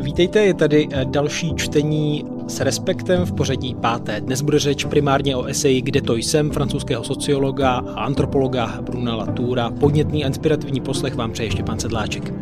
Vítejte, je tady další čtení s respektem v pořadí 5. Dnes bude řeč primárně o eseji Kde to jsem, francouzského sociologa a antropologa Bruna Latoura. Podnětný a inspirativní poslech vám přeje Štěpán Sedláček.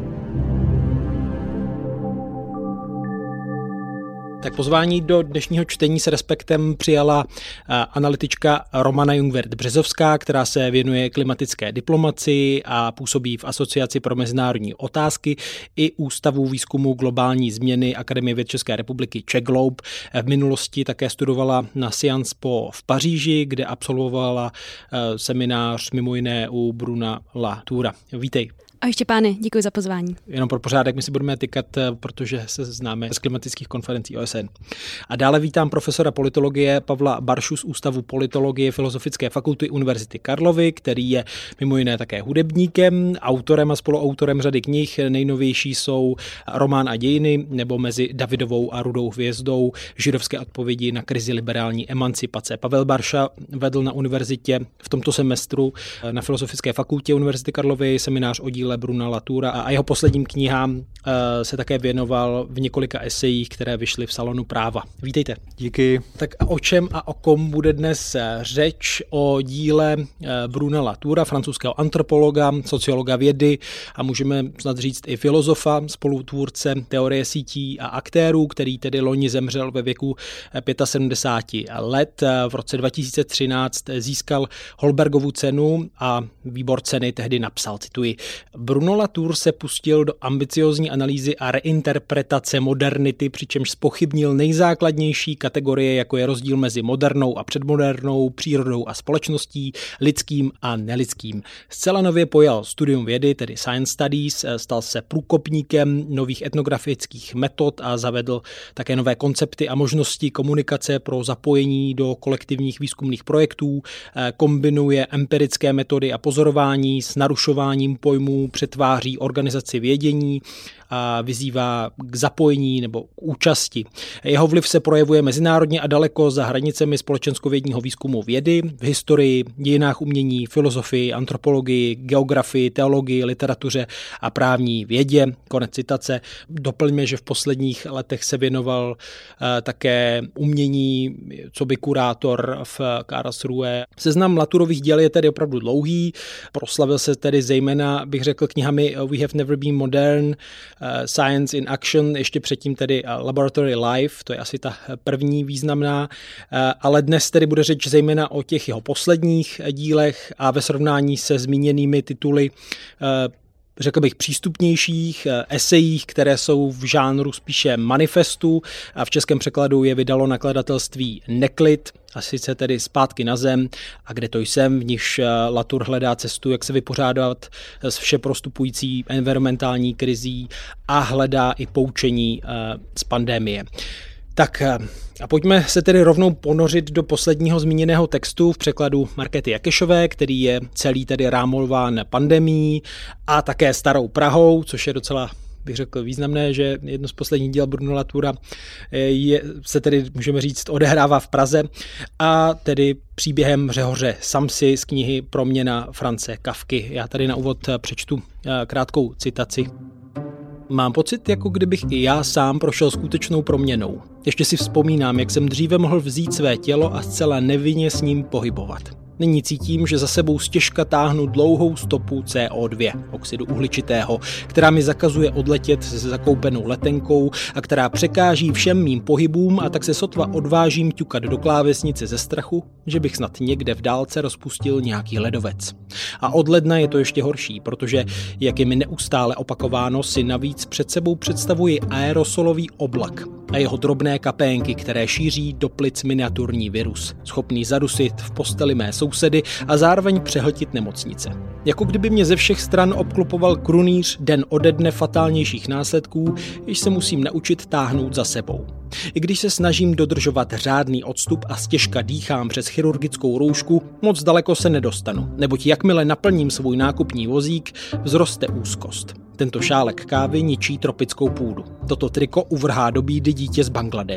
Tak pozvání do dnešního čtení s respektem přijala analytička Romana Jungwirth-Březovská, která se věnuje klimatické diplomacii a působí v Asociaci pro mezinárodní otázky i Ústavu výzkumu globální změny Akademie věd České republiky Czech Globe. V minulosti také studovala na Sciences Po v Paříži, kde absolvovala seminář mimo jiné u Bruna Latoura. Vítej. Ahoj Štěpáne, děkuji za pozvání. Jenom pro pořádek, my si budeme tykat, protože se známe z klimatických konferencí OSN. A dále vítám profesora politologie Pavla Baršu z Ústavu politologie Filozofické fakulty Univerzity Karlovy, který je mimo jiné také hudebníkem, autorem a spoluautorem řady knih. Nejnovější jsou Román a dějiny nebo Mezi Davidovou a rudou hvězdou, židovské odpovědi na krizi liberální emancipace. Pavel Barša vedl na univerzitě v tomto semestru na Filozofické fakultě Univerzity Karlovy seminář o díle Bruna Latoura a jeho posledním knihám se také věnoval v několika esejích, které vyšly v Salonu práva. Vítejte. Díky. Tak o čem a o kom bude dnes řeč? O díle Bruna Latoura, francouzského antropologa, sociologa vědy a můžeme snad říct i filozofa, spolutvůrce teorie sítí a aktérů, který tedy loni zemřel ve věku 75 let. V roce 2013 získal Holbergovu cenu a výbor ceny tehdy napsal, cituji: Bruno Latour se pustil do ambiciózní analýzy a reinterpretace modernity, přičemž zpochybnil nejzákladnější kategorie, jako je rozdíl mezi modernou a předmodernou, přírodou a společností, lidským a nelidským. Zcela nově pojal studium vědy, tedy science studies, stal se průkopníkem nových etnografických metod a zavedl také nové koncepty a možnosti komunikace pro zapojení do kolektivních výzkumných projektů, kombinuje empirické metody a pozorování s narušováním pojmů, přetváří organizaci vědění a vyzývá k zapojení nebo k účasti. Jeho vliv se projevuje mezinárodně a daleko za hranicemi společenskovědního výzkumu vědy, v historii, dějinách umění, filozofii, antropologii, geografii, teologii, literatuře a právní vědě. Konec citace. Doplňme, že v posledních letech se věnoval také umění, coby kurátor v Karlsruhe. Seznam Latourových děl je tedy opravdu dlouhý. Proslavil se tedy zejména, bych řekl, knihami We Have Never Been Modern, Science in Action, ještě předtím tedy Laboratory Life, to je asi ta první významná, ale dnes tedy bude řeč zejména o těch jeho posledních dílech a ve srovnání se zmíněnými tituly řekl bych přístupnějších esejích, které jsou v žánru spíše manifestu a v českém překladu je vydalo nakladatelství Neklid, a sice tedy Zpátky na zem a Kde to jsem, v nichž Latour hledá cestu, jak se vypořádat s všeprostupující environmentální krizí a hledá i poučení z pandemie. Tak a pojďme se tedy rovnou ponořit do posledního zmíněného textu v překladu Markéty Jakešové, který je celý tedy rámován pandemií a také starou Prahou, což je docela, bych řekl, významné, že jedno z posledních díl Bruna Latoura se tedy, můžeme říct, odehrává v Praze a tedy příběhem Řehoře Samsy z knihy Proměna Franze Kafky. Já tady na úvod přečtu krátkou citaci. Mám pocit, jako kdybych i já sám prošel skutečnou proměnou. Ještě si vzpomínám, jak jsem dříve mohl vzít své tělo a zcela nevinně s ním pohybovat. Nyní cítím, že za sebou stěžka táhnu dlouhou stopu CO2, oxidu uhličitého, která mi zakazuje odletět s zakoupenou letenkou a která překáží všem mým pohybům, a tak se sotva odvážím ťukat do klávesnice ze strachu, že bych snad někde v dálce rozpustil nějaký ledovec. A od ledna je to ještě horší, protože, jak je mi neustále opakováno, si navíc před sebou představuji aerosolový oblak a jeho drobné kapénky, které šíří do plic miniaturní virus, schopný zadusit v posteli mé sousedy a zároveň přehltit nemocnice. Jako kdyby mě ze všech stran obklopoval krunýř den ode dne fatálnějších následků, již se musím naučit táhnout za sebou. I když se snažím dodržovat řádný odstup a stěžka dýchám přes chirurgickou roušku, moc daleko se nedostanu, neboť jakmile naplním svůj nákupní vozík, vzroste úzkost. Tento šálek kávy ničí tropickou půdu. Toto triko uvrhá do bídy dítě z Bangladéše.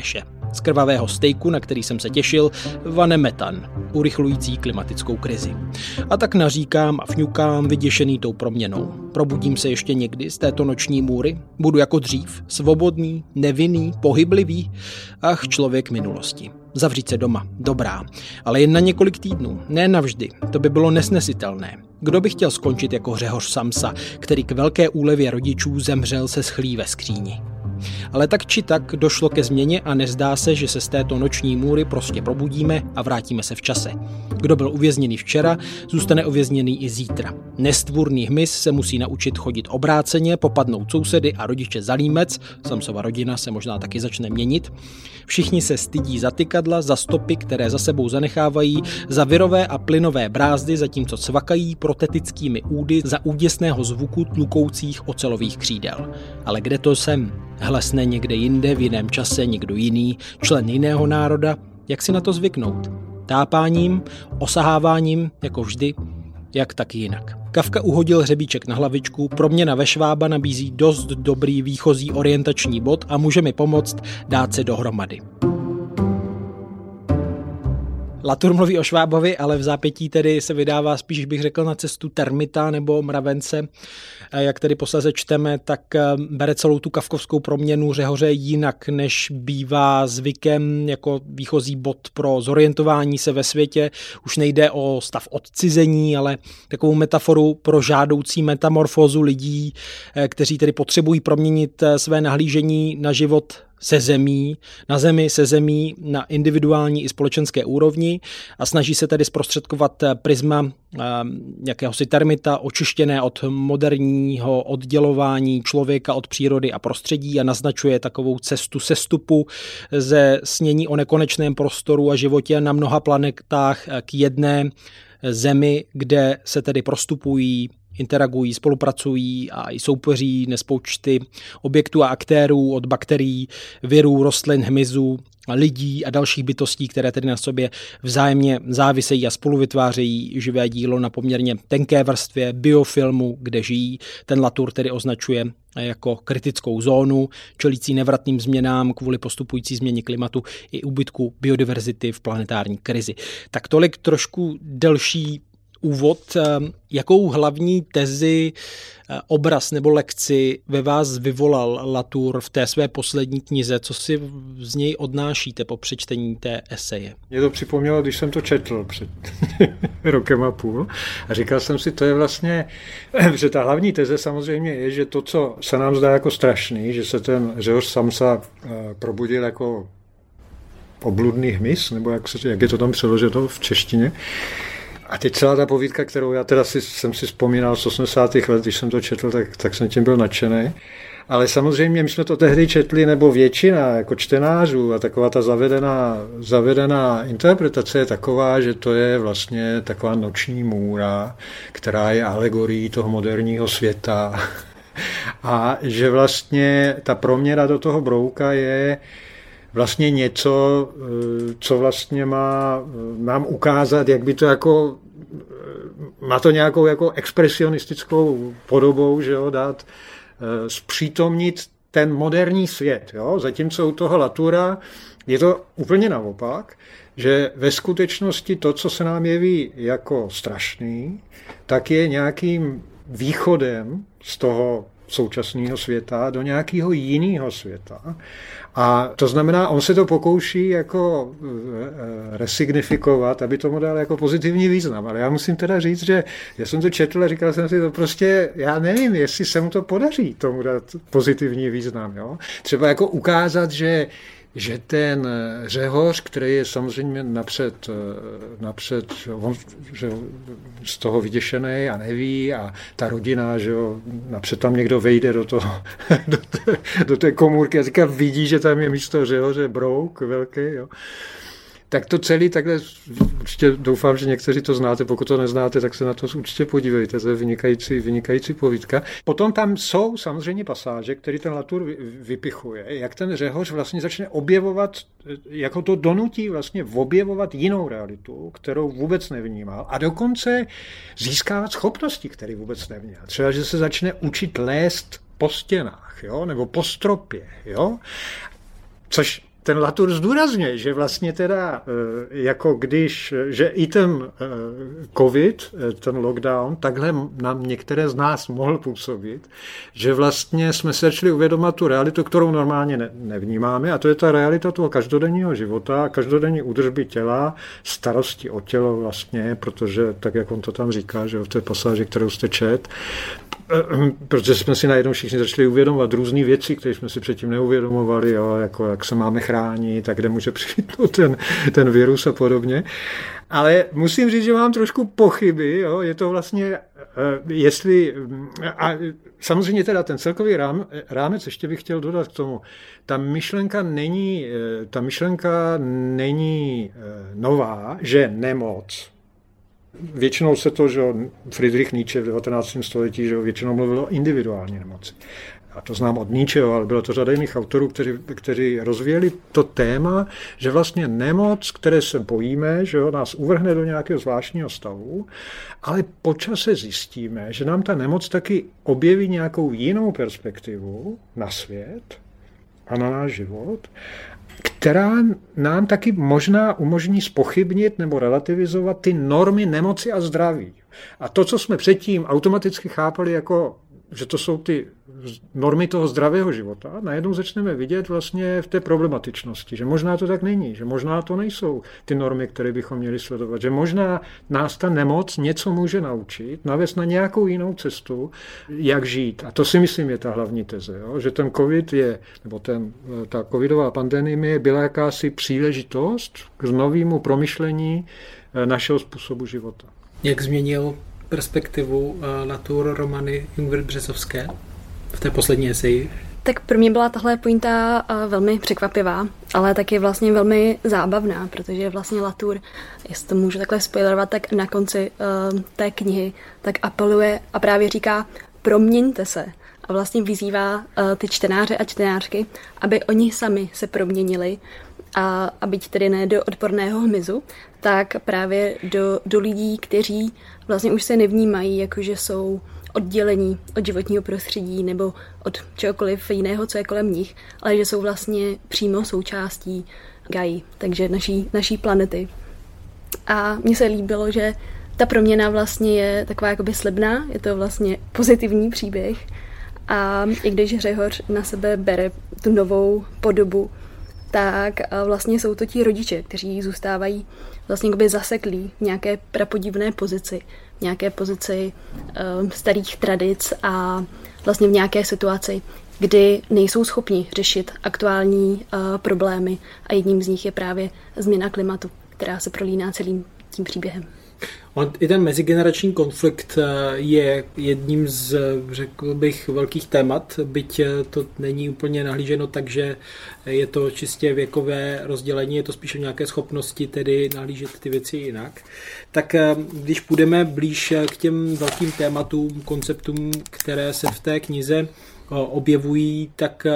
Z krvavého stejku, na který jsem se těšil, vane metan, urychlující klimatickou krizi. A tak naříkám a fňukám, vyděšený tou proměnou. Probudím se ještě někdy z této noční můry? Budu jako dřív, svobodný, nevinný, pohyblivý? Ach, člověk minulosti. Zavřít se doma, dobrá, ale jen na několik týdnů, ne navždy, to by bylo nesnesitelné. Kdo by chtěl skončit jako Řehoř Samsa, který k velké úlevě rodičů zemřel se schlí ve skříni? Ale tak či tak došlo ke změně a nezdá se, že se z této noční můry prostě probudíme a vrátíme se v čase. Kdo byl uvězněný včera, zůstane uvězněný i zítra. Nestvůrný hmyz se musí naučit chodit obráceně, popadnout sousedy a rodiče za límec, Samsova rodina se možná taky začne měnit. Všichni se stydí za tykadla, za stopy, které za sebou zanechávají, za virové a plynové brázdy, zatímco cvakají protetickými údy za úděsného zvuku tlukoucích ocelových křídel. Ale kde to jsem? Hlesne někde jinde, v jiném čase, někdo jiný, člen jiného národa. Jak si na to zvyknout? Tápáním, osaháváním, jako vždy, jak taky jinak. Kafka uhodil hřebíček na hlavičku, proměna ve Švába nabízí dost dobrý výchozí orientační bod a může mi pomoct dát se dohromady. Latour mluví o Švábovi, ale v zápětí tedy se vydává spíš, bych řekl, na cestu termita nebo mravence. Jak tedy posléze čteme, tak bere celou tu kafkovskou proměnu Řehoře jinak, než bývá zvykem jako výchozí bod pro zorientování se ve světě. Už nejde o stav odcizení, ale takovou metaforu pro žádoucí metamorfózu lidí, kteří tedy potřebují proměnit své nahlížení na život se zemí, na zemi se zemí na individuální i společenské úrovni a snaží se tedy zprostředkovat prisma jakéhosi termita očištěné od moderního oddělování člověka od přírody a prostředí a naznačuje takovou cestu sestupu ze snění o nekonečném prostoru a životě na mnoha planetách k jedné zemi, kde se tedy prostupují, interagují, spolupracují a i soupeří nespoučty objektů a aktérů od bakterií, virů, rostlin, hmyzu, lidí a dalších bytostí, které tedy na sobě vzájemně závisejí a spolu vytvářejí živé dílo na poměrně tenké vrstvě biofilmu, kde žijí. Ten Latour tedy označuje jako kritickou zónu, čelící nevratným změnám kvůli postupující změně klimatu i úbytku biodiverzity v planetární krizi. Tak tolik trošku delší úvod. Jakou hlavní tezi, obraz nebo lekci ve vás vyvolal Latour v té své poslední knize? Co si z něj odnášíte po přečtení té eseje? Mě to připomnělo, když jsem to četl před rokem a půl a říkal jsem si, to je vlastně, že ta hlavní teze samozřejmě je, že to, co se nám zdá jako strašný, že se ten Řehoř Samsa probudil jako obludný hmyz, nebo jak je to tam přeloženo v češtině. A teď celá ta povídka, kterou já teda jsem si vzpomínal z 80. let, když jsem to četl, tak jsem tím byl nadšený. Ale samozřejmě my jsme to tehdy četli, nebo většina jako čtenářů a taková ta zavedená interpretace je taková, že to je vlastně taková noční můra, která je alegorií toho moderního světa. A že vlastně ta proměna do toho brouka je vlastně něco, co vlastně má nám ukázat, jak by to jako, má to nějakou jako expresionistickou podobou, že jo, dát, zpřítomnit ten moderní svět, jo, zatímco u toho Latoura je to úplně naopak, že ve skutečnosti to, co se nám jeví jako strašný, tak je nějakým východem z toho současného světa do nějakého jiného světa. A to znamená, on se to pokouší jako resignifikovat, aby tomu dal jako pozitivní význam. Ale já musím teda říct, že já jsem to četl a říkal jsem si to prostě, já nevím, jestli se mu to podaří tomu dát pozitivní význam. Jo? Třeba jako ukázat, že ten Řehoř, který je samozřejmě napřed on, že z toho vyděšený a neví a ta rodina, že jo, napřed tam někdo vejde do té komůrky a říká, vidí, že tam je místo Řehoře brouk velký, jo. Tak to celý takhle, určitě doufám, že někteří to znáte, pokud to neznáte, tak se na to určitě podívejte, to je vynikající povídka. Potom tam jsou samozřejmě pasáže, které ten Latour vypichuje, jak ten Řehoř vlastně začne objevovat, jako to donutí vlastně objevovat jinou realitu, kterou vůbec nevnímal a dokonce získávat schopnosti, které vůbec neměl. Třeba, že se začne učit lézt po stěnách, jo, nebo po stropě, jo, což ten Latour zdůrazňuje, že vlastně teda jako když, že i ten covid, ten lockdown, takhle nám některé z nás mohl působit, že vlastně jsme se začali uvědomovat tu realitu, kterou normálně nevnímáme, a to je ta realita toho každodenního života, každodenní údržby těla, starosti o tělo vlastně, protože tak, jak on to tam říká, že v té pasáži, kterou jste čet, protože jsme si najednou všichni začali uvědomovat různé věci, které jsme si předtím neuvědomovali, jo, jako jak se máme chránit, tak kde může přijít ten virus a podobně. Ale musím říct, že mám trošku pochyby, jo, je to vlastně, jestli, a samozřejmě teda ten celkový rámec, ještě bych chtěl dodat k tomu, ta myšlenka není nová, že nemoc. Většinou se to, že Friedrich Nietzsche v 19. století, že většinou mluvil o individuální nemoci. A to znám od Nietzscheho, ale bylo to řada jiných autorů, kteří rozvíjeli to téma, že vlastně nemoc, které se bojíme, že nás uvrhne do nějakého zvláštního stavu, ale po čase zjistíme, že nám ta nemoc taky objeví nějakou jinou perspektivu na svět a na náš život, která nám taky možná umožní zpochybnit nebo relativizovat ty normy nemoci a zdraví. A to, co jsme předtím automaticky chápali jako, že to jsou ty normy toho zdravého života, najednou začneme vidět vlastně v té problematičnosti, že možná to tak není, že možná to nejsou ty normy, které bychom měli sledovat, že možná nás ta nemoc něco může naučit, navést na nějakou jinou cestu, jak žít. A to si myslím je ta hlavní teze, jo? Že ten covid je, nebo ta covidová pandemie byla jakási příležitost k novému promyšlení našeho způsobu života. Jak změnil perspektivu Latour romany Ingrid Březovské v té poslední eseji? Tak pro mě byla tahle pointa velmi překvapivá, ale taky vlastně velmi zábavná, protože vlastně Latour, jestli to můžu takhle spoilerovat, tak na konci té knihy tak apeluje a právě říká proměňte se a vlastně vyzývá ty čtenáře a čtenářky, aby oni sami se proměnili a byť tedy ne do odporného hmyzu, tak právě do lidí, kteří vlastně už se nevnímají, jakože jsou oddělení od životního prostředí nebo od čehokoliv jiného, co je kolem nich, ale že jsou vlastně přímo součástí Gaii, takže naší planety. A mně se líbilo, že ta proměna vlastně je taková jakoby slibná, je to vlastně pozitivní příběh a i když Řehoř na sebe bere tu novou podobu, tak vlastně jsou to ti rodiče, kteří zůstávají vlastně jakoby zaseklí v nějaké prapodivné pozici, v nějaké pozici starých tradic a vlastně v nějaké situaci, kdy nejsou schopni řešit aktuální problémy a jedním z nich je právě změna klimatu, která se prolíná celým tím příběhem. I ten mezigenerační konflikt je jedním z, řekl bych, velkých témat, byť to není úplně nahlíženo tak, že je to čistě věkové rozdělení, je to spíše nějaké schopnosti tedy nahlížet ty věci jinak. Tak když půjdeme blíž k těm velkým tématům, konceptům, které se v té knize objevují, tak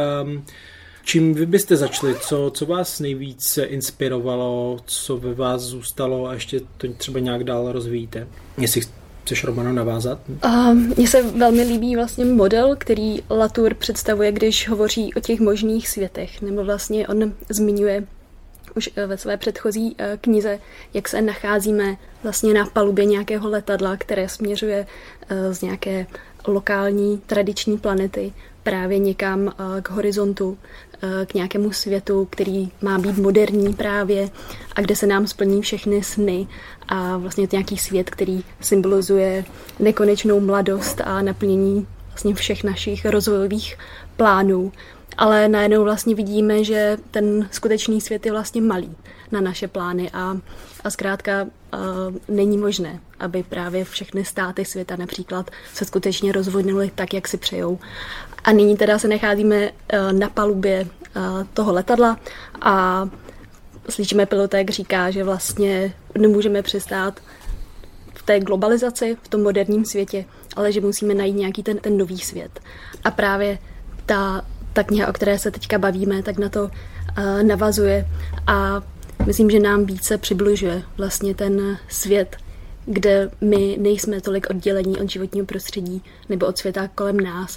čím vy byste začali? Co vás nejvíc inspirovalo, co ve vás zůstalo a ještě to třeba nějak dál rozvíjíte? Jestli chceš, Romano, navázat? Mně se velmi líbí vlastně model, který Latour představuje, když hovoří o těch možných světech, nebo vlastně on zmiňuje už ve své předchozí knize, jak se nacházíme vlastně na palubě nějakého letadla, které směřuje z nějaké lokální tradiční planety právě někam k horizontu, k nějakému světu, který má být moderní právě a kde se nám splní všechny sny a vlastně to nějaký svět, který symbolizuje nekonečnou mladost a naplnění vlastně všech našich rozvojových plánů. Ale najednou vlastně vidíme, že ten skutečný svět je vlastně malý na naše plány a zkrátka není možné, aby právě všechny státy světa například se skutečně rozvinuly tak, jak si přejou. A nyní teda se nacházíme na palubě toho letadla a slyšíme pilota, jak říká, že vlastně nemůžeme přistát v té globalizaci, v tom moderním světě, ale že musíme najít nějaký ten nový svět. A právě ta kniha, o které se teďka bavíme, tak na to navazuje a myslím, že nám více přibližuje vlastně ten svět, kde my nejsme tolik oddělení od životního prostředí nebo od světa kolem nás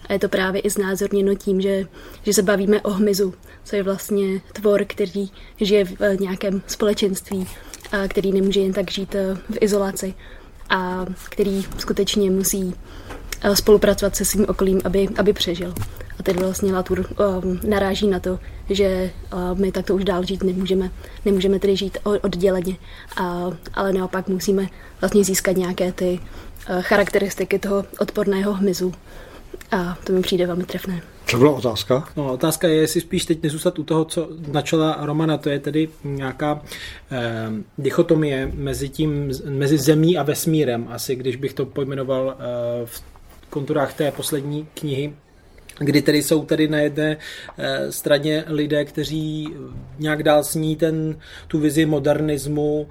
A je to právě i znázorněno tím, že se bavíme o hmyzu, co je vlastně tvor, který žije v nějakém společenství, a který nemůže jen tak žít v izolaci a který skutečně musí spolupracovat se svým okolím, aby přežil. A tedy vlastně Latour naráží na to, že my takto už dál žít nemůžeme tedy žít odděleně, ale naopak musíme vlastně získat nějaké ty charakteristiky toho odporného hmyzu. A to mi přijde velmi trefné. Co byla otázka? No, otázka je, jestli spíš teď nezůstat u toho, co načala Romana, to je tedy nějaká dichotomie mezi zemí a vesmírem. Asi když bych to pojmenoval v konturách té poslední knihy, kdy tedy jsou tady na jedné straně lidé, kteří nějak dál sní tu vizi modernismu,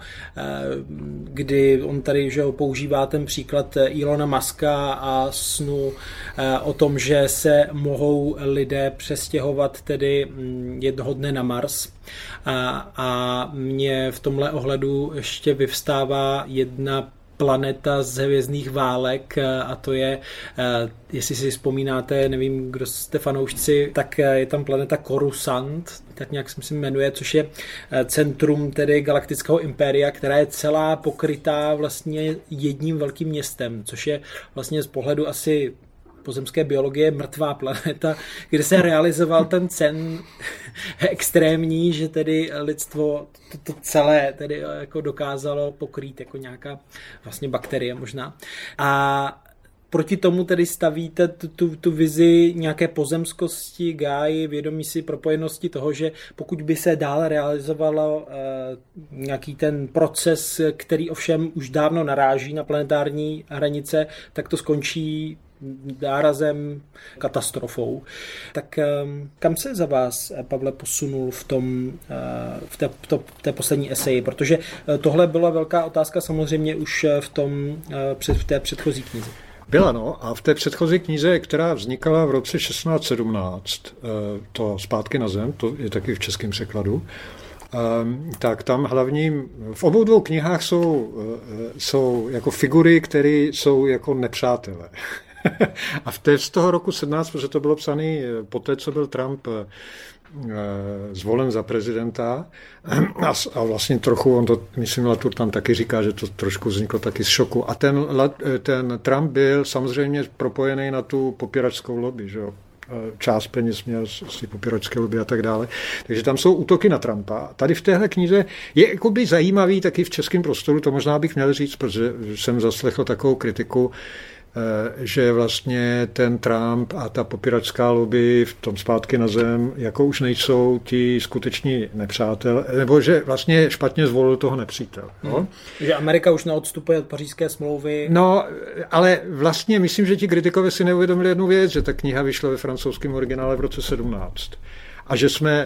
kdy on tady používá ten příklad Elona Muska a snu o tom, že se mohou lidé přestěhovat tedy jednoho dne na Mars. A mně v tomhle ohledu ještě vyvstává jedna planeta z hvězdných válek a to je, jestli si vzpomínáte, nevím, kdo jste fanoušci, tak je tam planeta Coruscant, tak nějak se jmenuje, což je centrum tedy galaktického impéria, která je celá pokrytá vlastně jedním velkým městem, což je vlastně z pohledu asi pozemské biologie mrtvá planeta, kde se realizoval ten sen extrémní, že tedy lidstvo to celé tedy jako dokázalo pokrýt jako nějaká vlastně bakterie možná. A proti tomu tedy stavíte tu vizi nějaké pozemskosti, gáji, vědomí si propojenosti toho, že pokud by se dále realizovalo nějaký ten proces, který ovšem už dávno naráží na planetární hranice, tak to skončí nárazem, katastrofou. Tak kam se za vás, Pavle, posunul v té poslední eseji? Protože tohle byla velká otázka samozřejmě už v té předchozí knize. Byla, no. A v té předchozí knize, která vznikala v roce 1617, to Zpátky na zem, to je taky v českém překladu, tak tam hlavním, v obou dvou knihách jsou jako figury, které jsou jako nepřátelé. A z toho roku 17, protože to bylo psané poté, co byl Trump zvolen za prezidenta a vlastně trochu, on to, myslím, Latour tam taky říká, že to trošku vzniklo taky z šoku. A ten Trump byl samozřejmě propojený na tu popíračskou lobby, že jo. Část peněz měl z té popíračské lobby a tak dále. Takže tam jsou útoky na Trumpa. Tady v téhle knize je jakoby zajímavý taky v českém prostoru, to možná bych měl říct, protože jsem zaslechl takovou kritiku, že vlastně ten Trump a ta popíračská lobby v tom Zpátky na zem jako už nejsou ti skuteční nepřátelé, nebo že vlastně špatně zvolil toho nepřítele. No? Že Amerika už neodstupuje od Pařížské smlouvy. No, ale vlastně myslím, že ti kritikové si neuvědomili jednu věc, že ta kniha vyšla ve francouzském originále v roce 17. A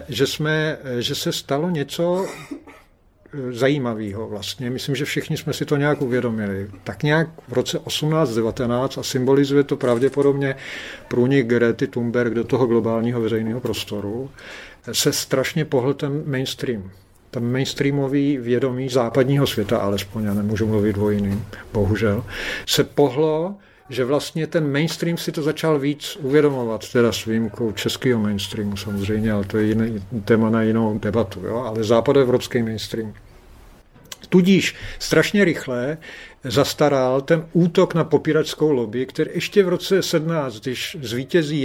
že se stalo něco zajímavého vlastně. Myslím, že všichni jsme si to nějak uvědomili. Tak nějak v roce 18-19 a symbolizuje to pravděpodobně průnik Grety Thunberg do toho globálního veřejného prostoru, se strašně pohl ten mainstream. Ten mainstreamový vědomí západního světa, alespoň já nemůžu mluvit o jiným, bohužel, se pohlo, že vlastně ten mainstream si to začal víc uvědomovat, teda s výjimkou českého mainstreamu samozřejmě, ale to je jiný téma na jinou debatu, jo? Ale západoevropský mainstream. Tudíž strašně rychle zastaral ten útok na popíračskou lobby, který ještě v roce 17, když zvítězí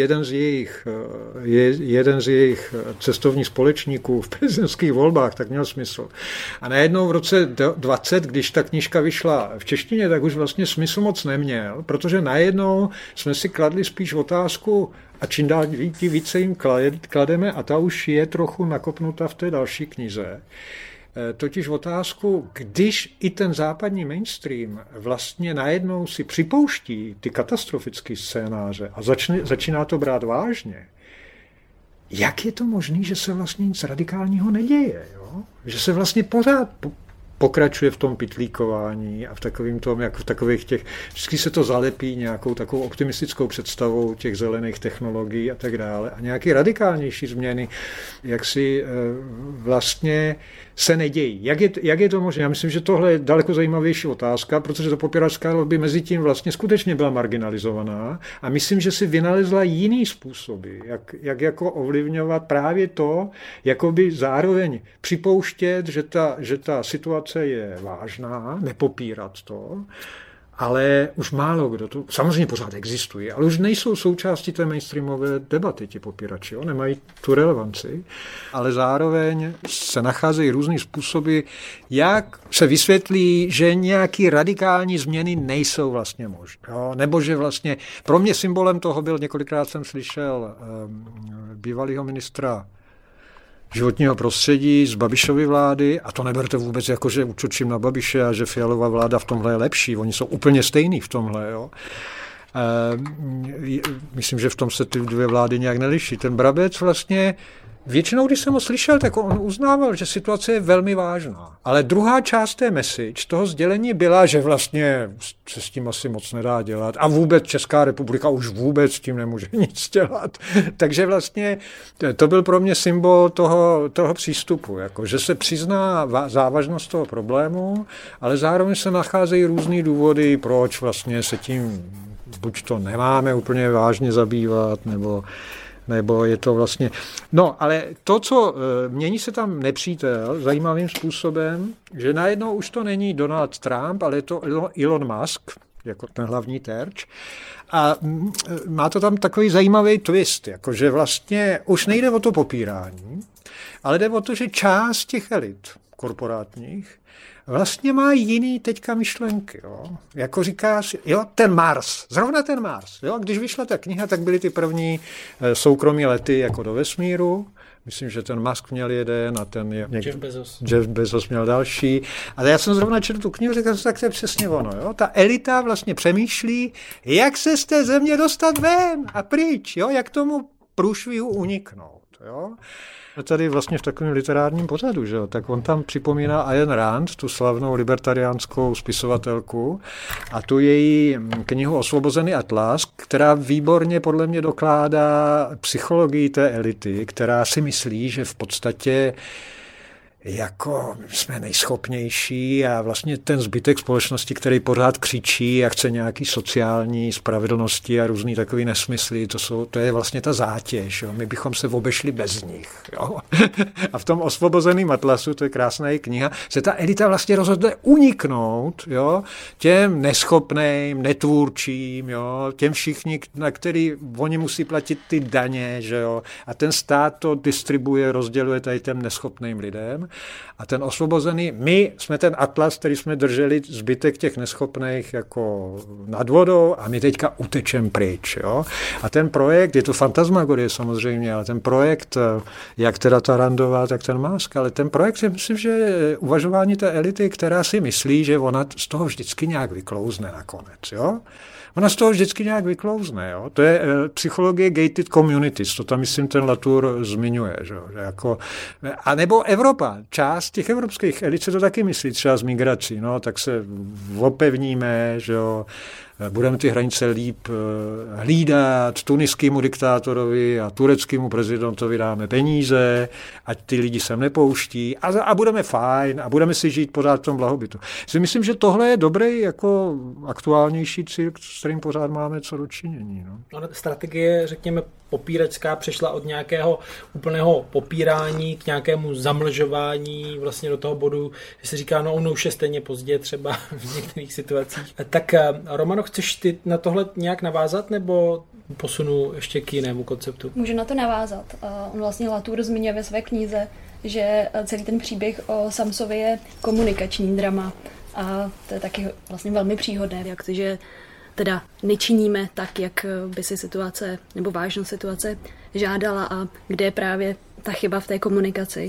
jeden z jejich cestovních společníků v prezidentských volbách, tak měl smysl. A najednou v roce 20, když ta knížka vyšla v češtině, tak už vlastně smysl moc neměl, protože najednou jsme si kladli spíš otázku, a čím dál více jim klademe, a ta už je trochu nakopnuta v té další knize, totiž otázku, když i ten západní mainstream vlastně najednou si připouští ty katastrofické scénáře a začíná to brát vážně, jak je to možné, že se vlastně nic radikálního neděje? Jo? Že se vlastně pořád pokračuje v tom pytlíkování a v takovým tom, jako v takových těch, vždycky se to zalepí nějakou takovou optimistickou představou těch zelených technologií a tak dále. A nějaké radikálnější změny, jak si vlastně se nedějí. Jak je to možné? Já myslím, že tohle je daleko zajímavější otázka, protože ta popíračská lobby mezi tím vlastně skutečně byla marginalizovaná a myslím, že si vynalezla jiný způsoby, jak jako ovlivňovat právě to, jakoby zároveň připouštět, že ta situace je vážná, nepopírat to, ale už málo kdo to, samozřejmě pořád existuje, ale už nejsou součástí té mainstreamové debaty ti popírači, jo? Nemají tu relevanci, ale zároveň se nacházejí různý způsoby, jak se vysvětlí, že nějaký radikální změny nejsou vlastně možné. Jo? Nebo že vlastně, pro mě symbolem toho byl, několikrát jsem slyšel bývalého ministra životního prostředí z Babišovy vlády, a to neberte vůbec jako, že útočím na Babiše a že Fialova vláda v tomhle je lepší. Oni jsou úplně stejný v tomhle. Jo. Myslím, že v tom se ty dvě vlády nějak neliší. Ten Brabec vlastně, většinou, když jsem ho slyšel, tak on uznával, že situace je velmi vážná. Ale druhá část té message, toho sdělení byla, že vlastně se s tím asi moc nedá dělat a vůbec Česká republika už vůbec s tím nemůže nic dělat. Takže vlastně to byl pro mě symbol toho přístupu, jako, že se přizná závažnost toho problému, ale zároveň se nacházejí různý důvody, proč vlastně se tím buď to nemáme úplně vážně zabývat, nebo je to vlastně... No, ale to, co mění se tam nepřítel zajímavým způsobem, že najednou už to není Donald Trump, ale je to Elon Musk, jako ten hlavní terč. A má to tam takový zajímavý twist, jakože vlastně už nejde o to popírání, ale jde o to, že část těch elit korporátních vlastně má jiný teďka myšlenky. Jo? Jako říká si, jo, ten Mars, zrovna ten Mars. Jo? Když vyšla ta kniha, tak byly ty první soukromí lety jako do vesmíru. Myslím, že ten Musk měl jeden a ten Jeff Bezos měl další. Ale já jsem zrovna četl tu knihu, říkal jsem, tak to je přesně ono. Jo? Ta elita vlastně přemýšlí, jak se z té země dostat ven a pryč, jo? Jak tomu průšvihu uniknout. Jo? Tady vlastně v takovém literárním pořadu, že jo? Tak on tam připomíná Ayn Rand, tu slavnou libertariánskou spisovatelku, a tu její knihu Osvobozený atlas, která výborně podle mě dokládá psychologii té elity, která si myslí, že v podstatě jako jsme nejschopnější a vlastně ten zbytek společnosti, který pořád křičí a chce nějaký sociální spravedlnosti a různý takový nesmysly, to je vlastně ta zátěž. Jo? My bychom se obešli bez nich. Jo? A v tom Osvobozeném atlasu, to je krásná její kniha, se ta elita vlastně rozhodne uniknout, jo? Těm neschopným, netvůrčím, jo? Těm všichni, na který oni musí platit ty daně, že jo? A ten stát to distribuje, rozděluje tady těm neschopným lidem. A ten osvobozený, my jsme ten atlas, který jsme drželi zbytek těch neschopných jako nad vodou a my teďka utečem pryč. Jo? A ten projekt, je to fantasmagorie samozřejmě, ale ten projekt, jak teda ta Randová, tak ten Musk, ale ten projekt je, myslím, že je uvažování té elity, která si myslí, že ona z toho vždycky nějak vyklouzne nakonec. Jo? Ona z toho vždycky nějak vyklouzne. Jo? To je psychologie gated communities, to tam, myslím, ten Latour zmiňuje. Že jako, a nebo Evropa, část těch evropských elit se to taky myslí, třeba z migrací, no, tak se opevníme, že jo, budeme ty hranice líp hlídat, tuniskému diktátorovi a tureckému prezidentovi dáme peníze, ať ty lidi sem nepouští a budeme fajn a budeme si žít pořád v tom blahobytu. Myslím, že tohle je dobrý jako aktuálnější cíl, s kterým pořád máme co dočinění. No. Strategie, řekněme, popíračská přešla od nějakého úplného popírání k nějakému zamlžování vlastně do toho bodu, že se říká, no ono už je stejně pozdě třeba v některých situacích. Tak Romano, chceš ty na tohle nějak navázat, nebo posunu ještě k jinému konceptu? Můžu na to navázat. On vlastně Latour zmiňuje ve své knize, že celý ten příběh o Samsovi je komunikační drama. A to je taky vlastně velmi příhodné, jak to, že teda nečiníme tak, jak by si situace nebo vážnost situace žádala a kde je právě ta chyba v té komunikaci.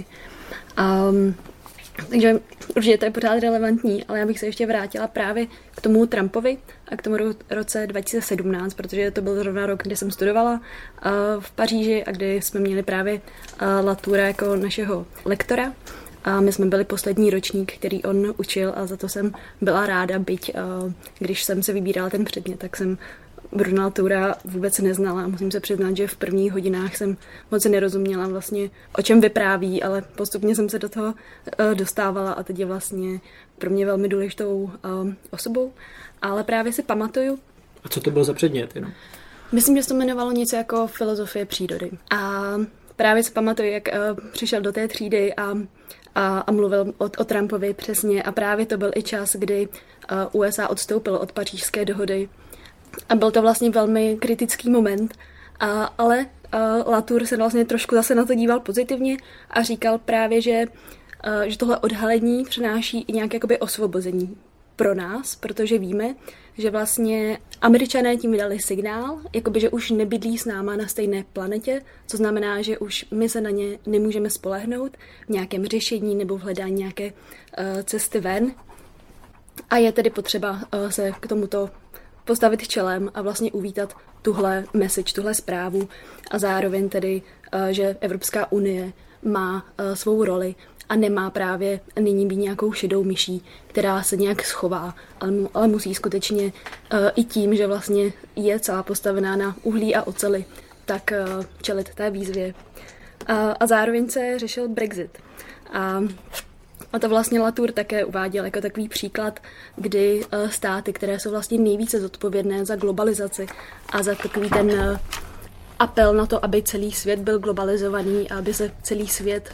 Takže určitě to je pořád relevantní, ale já bych se ještě vrátila právě k tomu Trumpovi a k tomu roce 2017, protože to byl zrovna rok, kdy jsem studovala v Paříži a kdy jsme měli právě Latoura jako našeho lektora. A my jsme byli poslední ročník, který on učil a za to jsem byla ráda, byť když jsem se vybírala ten předmět, tak jsem Brunella Toura vůbec neznala. Musím se přiznat, že v prvních hodinách jsem moc nerozuměla vlastně, o čem vypráví, ale postupně jsem se do toho dostávala a teď je vlastně pro mě velmi důležitou osobou. Ale právě si pamatuju. A co to byl za předmět? Jenom? Myslím, že se to jmenovalo něco jako filozofie přírody. A právě si pamatuju, jak přišel do té třídy a mluvil o Trumpovi přesně. A právě to byl i čas, kdy USA odstoupilo od Pařížské dohody. A byl to vlastně velmi kritický moment, ale Latour se vlastně trošku zase na to díval pozitivně a říkal právě, že tohle odhalení přináší i nějaké jakoby osvobození pro nás, protože víme, že vlastně Američané tím vydali signál, jakoby, že už nebydlí s náma na stejné planetě, co znamená, že už my se na ně nemůžeme spolehnout v nějakém řešení nebo v hledání nějaké cesty ven. A je tedy potřeba se k tomuto postavit čelem a vlastně uvítat tuhle message, tuhle zprávu a zároveň tedy, že Evropská unie má svou roli a nemá právě nyní být nějakou šedou myší, která se nějak schová, ale musí skutečně i tím, že vlastně je celá postavená na uhlí a oceli, tak čelit té výzvě. A zároveň se řešil Brexit. A to vlastně Latour také uváděl jako takový příklad, kdy státy, které jsou vlastně nejvíce zodpovědné za globalizaci a za takový ten apel na to, aby celý svět byl globalizovaný a aby se celý svět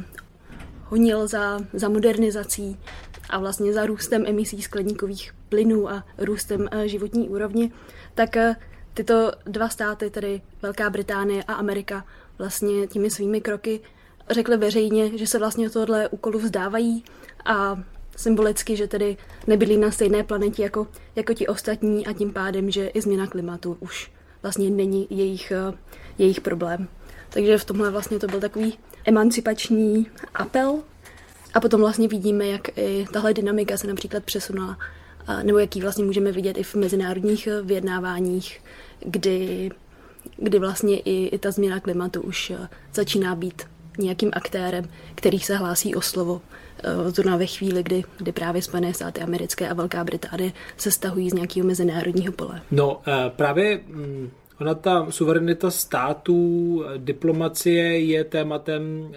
honil za modernizací a vlastně za růstem emisí skleníkových plynů a růstem životní úrovně, tak tyto dva státy, tedy Velká Británie a Amerika, vlastně těmi svými kroky řekli veřejně, že se vlastně od tohohle úkolu vzdávají a symbolicky, že tedy nebydlí na stejné planetě jako ti ostatní a tím pádem, že i změna klimatu už vlastně není jejich problém. Takže v tomhle vlastně to byl takový emancipační apel a potom vlastně vidíme, jak i tahle dynamika se například přesunula, nebo jaký vlastně můžeme vidět i v mezinárodních vyjednáváních, kdy vlastně i ta změna klimatu už začíná být nějakým aktérem, který se hlásí o slovo. Zrovna ve chvíli, kdy právě Spojené státy americké a Velká Británie se stahují z nějakého mezinárodního pole. No právě ona ta suverenita států, diplomacie je tématem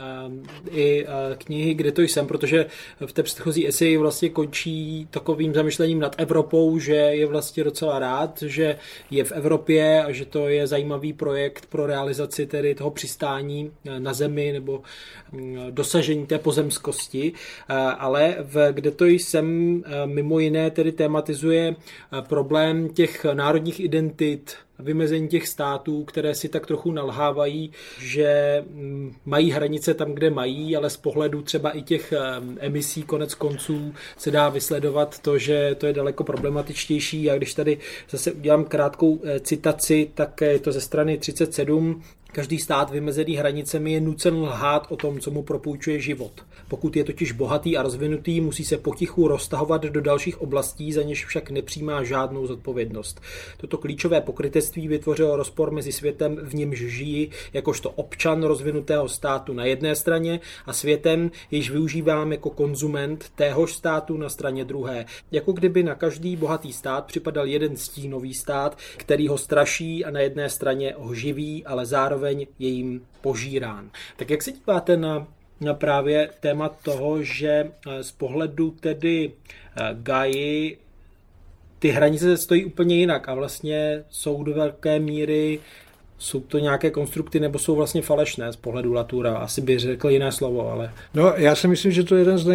i knihy Kde to jsem, protože v té předchozí eseji vlastně končí takovým zamyšlením nad Evropou, že je vlastně docela rád, že je v Evropě a že to je zajímavý projekt pro realizaci tedy toho přistání na zemi nebo dosažení té pozemskosti, ale v Kde to jsem mimo jiné tedy tematizuje problém těch národních identit, vymezení těch států, které si tak trochu nalhávají, že mají hranice tam, kde mají, ale z pohledu třeba i těch emisí konec konců se dá vysledovat to, že to je daleko problematičtější. A když tady zase udělám krátkou citaci, tak je to ze strany 37. Každý stát vymezený hranicemi je nucen lhát o tom, co mu propůjčuje život. Pokud je totiž bohatý a rozvinutý, musí se potichu roztahovat do dalších oblastí, za něž však nepřijímá žádnou zodpovědnost. Toto klíčové pokrytectví vytvořilo rozpor mezi světem, v němž žijí jakožto občan rozvinutého státu na jedné straně a světem, jež využívám jako konzument téhož státu na straně druhé. Jako kdyby na každý bohatý stát připadal jeden stínový stát, který ho straší a na jedné straně ho živí, ale zároveň je jim požírán. Tak jak se díváte na právě téma toho, že z pohledu tedy Gaji ty hranice stojí úplně jinak a vlastně jsou do velké míry, jsou to nějaké konstrukty nebo jsou vlastně falešné z pohledu Latoura? Asi bych řekl jiné slovo, ale... No, já si myslím, že to je jeden z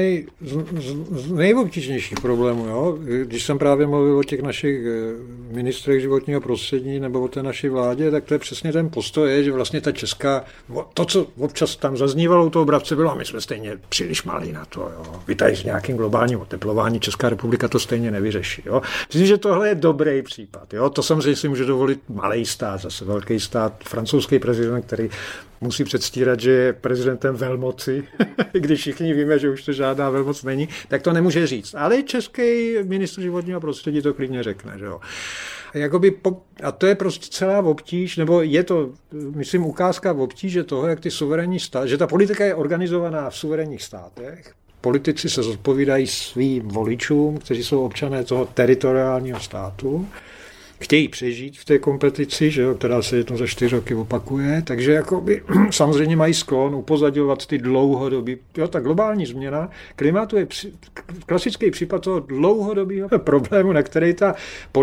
nejobtížnějších problémů. Jo? Když jsem právě mluvil o těch našich ministrech životního prostředí nebo o té naší vládě, tak to je přesně ten postoj, že vlastně ta česká... To, co občas tam zaznívalo u toho Brabce, bylo, a my jsme stejně příliš malí na to. Jo? Vy tady s nějakým globálním oteplování Česká republika to stejně nevyřeší. Jo? Myslím, že tohle je dobrý případ. Jo? To samozřejmě si může dovolit malý stát, zase velký stát stát francouzský prezident, který musí předstírat, že je prezidentem velmoci, když všichni víme, že už to žádná velmoc není, tak to nemůže říct. Ale český ministr životního prostředí to klidně řekne. Že jo. A to je prostě celá obtíž, nebo je to, myslím, ukázka v obtíže toho, jak ty suverénní státy, že ta politika je organizovaná v suverénních státech. Politici se zodpovídají svým voličům, kteří jsou občané toho teritoriálního státu, chtějí přežít v té kompetici, že jo, která se jednou za 4 roky opakuje, takže jakoby, samozřejmě mají sklon upozadňovat ty dlouhodobí. Jo, ta globální změna klimatu je klasický případ toho dlouhodobého problému, na který ta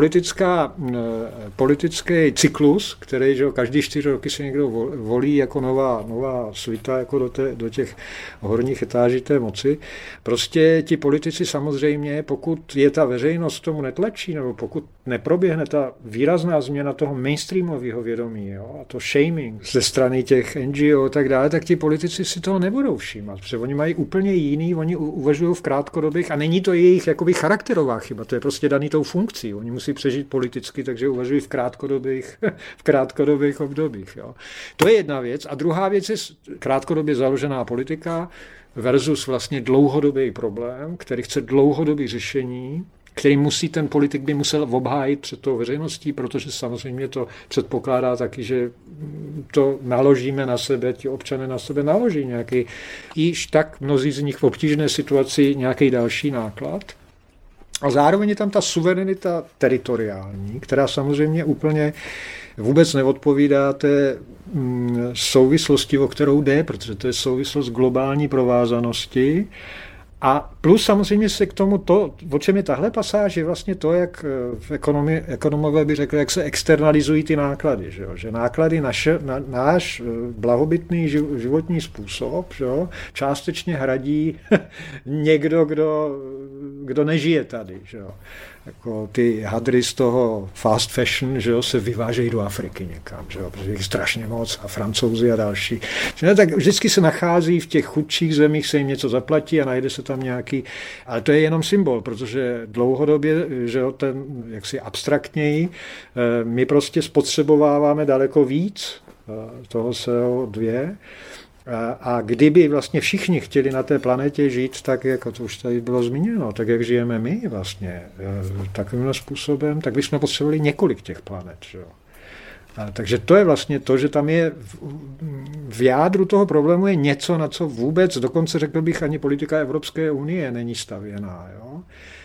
politický cyklus, který že jo, každý 4 roky se někdo volí jako nová svita jako do těch horních etáží té moci. Prostě ti politici samozřejmě, pokud je ta veřejnost tomu netlačí, nebo pokud neproběhne ta výrazná změna toho mainstreamového vědomí, jo, a to shaming ze strany těch NGO a tak dále, tak ti politici si toho nebudou všímat, protože oni mají úplně jiný, oni uvažují v krátkodobých, a není to jejich jakoby charakterová chyba, to je prostě daný tou funkcí, oni musí přežít politicky, takže uvažují v krátkodobých obdobích. Jo. To je jedna věc. A druhá věc je krátkodobě založená politika versus vlastně dlouhodobý problém, který chce dlouhodobý řešení, který ten politik by musel obhájit před tou veřejností, protože samozřejmě to předpokládá taky, že to naložíme na sebe, ti občané na sebe naloží nějaký, již tak mnozí z nich v obtížné situaci nějaký další náklad. A zároveň je tam ta suverenita teritoriální, která samozřejmě úplně vůbec neodpovídá té souvislosti, o kterou jde, protože to je souvislost globální provázanosti. A plus samozřejmě se k tomu to, o čem je tahle pasáž, je vlastně to, jak v ekonomové by řekli, jak se externalizují ty náklady. Že náklady náš blahobytný životní způsob, že částečně hradí někdo, kdo nežije tady. Že jako ty hadry z toho fast fashion, že se vyvážejí do Afriky někam, že protože je strašně moc, a Francouzi a další. Že tak vždycky se nachází v těch chudších zemích, se jim něco zaplatí a najde se tam nějaký, ale to je jenom symbol, protože dlouhodobě, že ten jaksi abstraktněji, my prostě spotřebováváme daleko víc toho CO2. A kdyby vlastně všichni chtěli na té planetě žít tak, jako to už tady bylo zmíněno, tak jak žijeme my vlastně takovým způsobem, tak bychom potřebovali několik těch planet. Že? Takže to je vlastně to, že tam je v jádru toho problému je něco, na co vůbec, dokonce řekl bych, ani politika Evropské unie není stavěná. Jo?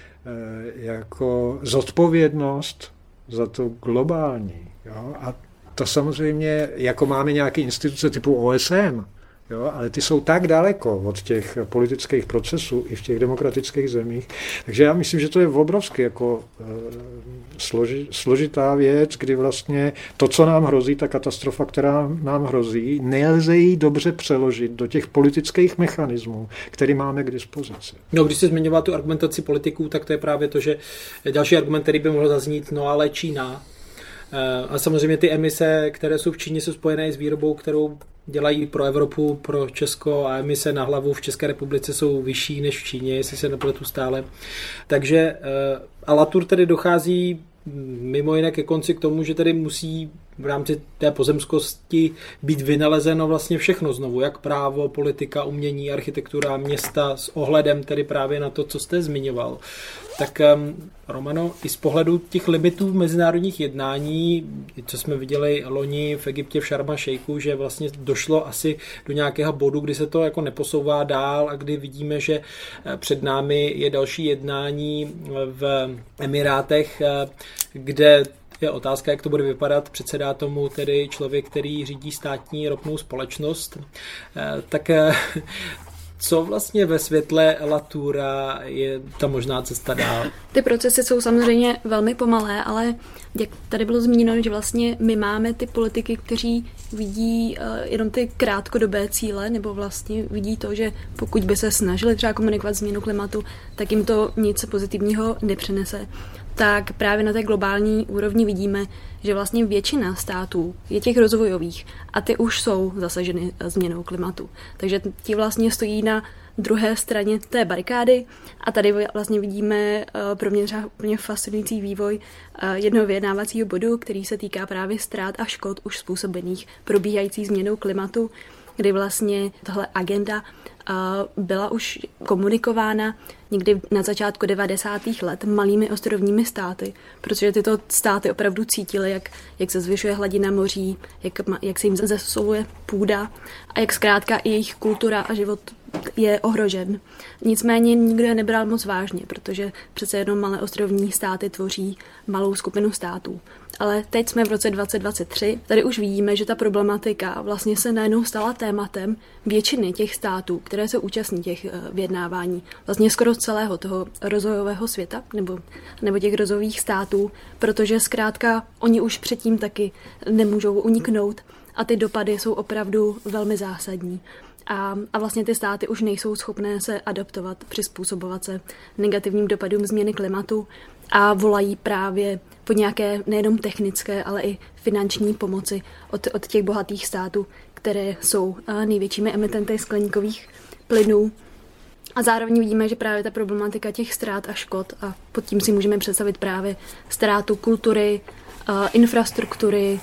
Jako zodpovědnost za to globální. Jo? A to samozřejmě, jako máme nějaké instituce typu OSN, jo, ale ty jsou tak daleko od těch politických procesů i v těch demokratických zemích. Takže já myslím, že to je obrovsky jako složitá věc, kdy vlastně to, co nám hrozí, ta katastrofa, která nám hrozí, nelze ji dobře přeložit do těch politických mechanismů, které máme k dispozici. No, když jsi zmiňoval tu argumentaci politiků, tak to je právě to, že další argument, který by mohl zaznít, no ale Čína. A samozřejmě ty emise, které jsou v Číně, jsou spojené s výrobou, kterou dělají pro Evropu, pro Česko, a emise na hlavu v České republice jsou vyšší než v Číně, jestli se nepletu stále. Takže a Latour tedy dochází mimo jiné ke konci k tomu, že tedy musí v rámci té pozemskosti být vynalezeno vlastně všechno znovu, jak právo, politika, umění, architektura, města s ohledem tedy právě na to, co jste zmiňoval. Tak Romano, i z pohledu těch limitů mezinárodních jednání, co jsme viděli loni v Egyptě v Šarm el-Šejchu, že vlastně došlo asi do nějakého bodu, kdy se to jako neposouvá dál a kdy vidíme, že před námi je další jednání v Emirátech, kde je otázka, jak to bude vypadat. Předsedá tomu tedy člověk, který řídí státní ropnou společnost. Tak co vlastně ve světle Latoura je ta možná cesta dál? Ty procesy jsou samozřejmě velmi pomalé, ale jak tady bylo zmíněno, že vlastně my máme ty politiky, kteří vidí jenom ty krátkodobé cíle, nebo vlastně vidí to, že pokud by se snažili třeba komunikovat změnu klimatu, tak jim to nic pozitivního nepřinese. tak právě na té globální úrovni vidíme, že vlastně většina států je těch rozvojových a ty už jsou zasaženy změnou klimatu. Takže ti vlastně stojí na druhé straně té barikády a tady vlastně vidíme pro mě třeba úplně fascinující vývoj jednoho vyjednávacího bodu, který se týká právě ztrát a škod už způsobených probíhající změnou klimatu, kdy vlastně tahle agenda byla už komunikována někdy na začátku 90. let malými ostrovními státy, protože tyto státy opravdu cítily, jak se zvyšuje hladina moří, jak se jim zesoluje půda a jak zkrátka i jejich kultura a život je ohrožen. Nicméně nikdo je nebral moc vážně, protože přece jenom malé ostrovní státy tvoří malou skupinu států. Ale teď jsme v roce 2023, tady už vidíme, že ta problematika vlastně se najednou stala tématem většiny těch států, které se účastní těch vyjednávání. Vlastně skoro celého toho rozvojového světa nebo těch rozvojových států, protože zkrátka oni už předtím taky nemůžou uniknout a ty dopady jsou opravdu velmi zásadní. A vlastně ty státy už nejsou schopné se adaptovat, přizpůsobovat se negativním dopadům změny klimatu a volají právě po nějaké nejenom technické, ale i finanční pomoci od těch bohatých států, které jsou největšími emitenty skleníkových plynů. A zároveň vidíme, že právě ta problematika těch ztrát a škod, a pod tím si můžeme představit právě ztrátu kultury, infrastruktury,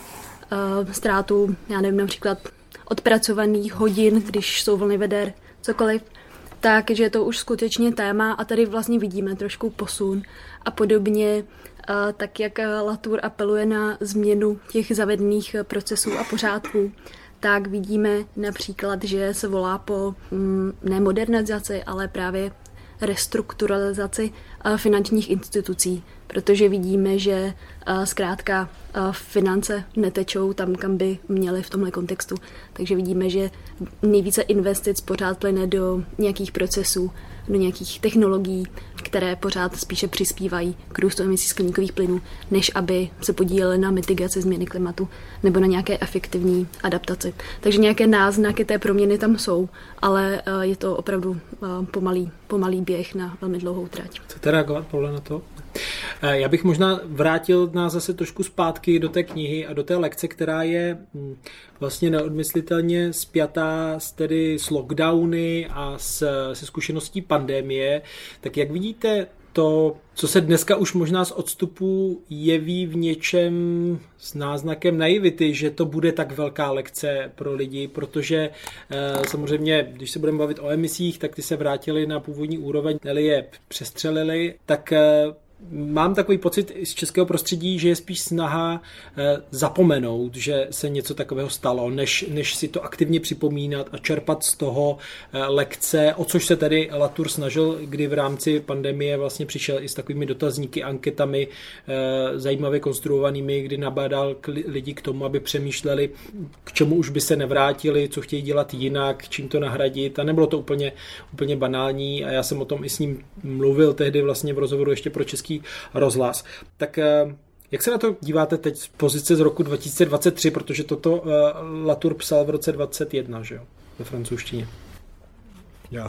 ztrátu, já nevím, například odpracovaných hodin, když jsou vlny veder, cokoliv, takže je to už skutečně téma a tady vlastně vidíme trošku posun a podobně, tak jak Latour apeluje na změnu těch zavedených procesů a pořádků, tak vidíme například, že se volá po ne modernizaci, ale právě restrukturalizaci finančních institucí, protože vidíme, že zkrátka finance netečou tam, kam by měly v tomhle kontextu. Takže vidíme, že nejvíce investic pořád plyne do nějakých procesů, do nějakých technologií, které pořád spíše přispívají k růstu emisí skleníkových plynů, než aby se podílely na mitigaci změny klimatu nebo na nějaké efektivní adaptaci. Takže nějaké náznaky té proměny tam jsou, ale je to opravdu pomalý běh na velmi dlouhou trať. Chcete reagovat, Pavle, na to? Já bych možná vrátil nás zase trošku zpátky do té knihy a do té lekce, která je vlastně neodmyslitelně spjatá tedy s lockdowny a se zkušeností pandemie. Tak jak vidíte to, co se dneska už možná z odstupu jeví v něčem s náznakem naivity, že to bude tak velká lekce pro lidi, protože samozřejmě, když se budeme bavit o emisích, tak ty se vrátily na původní úroveň, nebo je přestřelili, tak mám takový pocit z českého prostředí, že je spíš snaha zapomenout, že se něco takového stalo, než si to aktivně připomínat a čerpat z toho lekce, o což se tedy Latour snažil, kdy v rámci pandemie vlastně přišel i s takovými dotazníky, anketami zajímavě konstruovanými, kdy nabádal lidi k tomu, aby přemýšleli, k čemu už by se nevrátili, co chtějí dělat jinak, čím to nahradit, a nebylo to úplně banální a já jsem o tom i s ním mluvil tehdy vlastně v rozhovoru ještě pro Český rozhlas. Tak jak se na to díváte teď z pozice z roku 2023, protože toto Latour psal v roce 2021, že jo, ve francouzštině? Já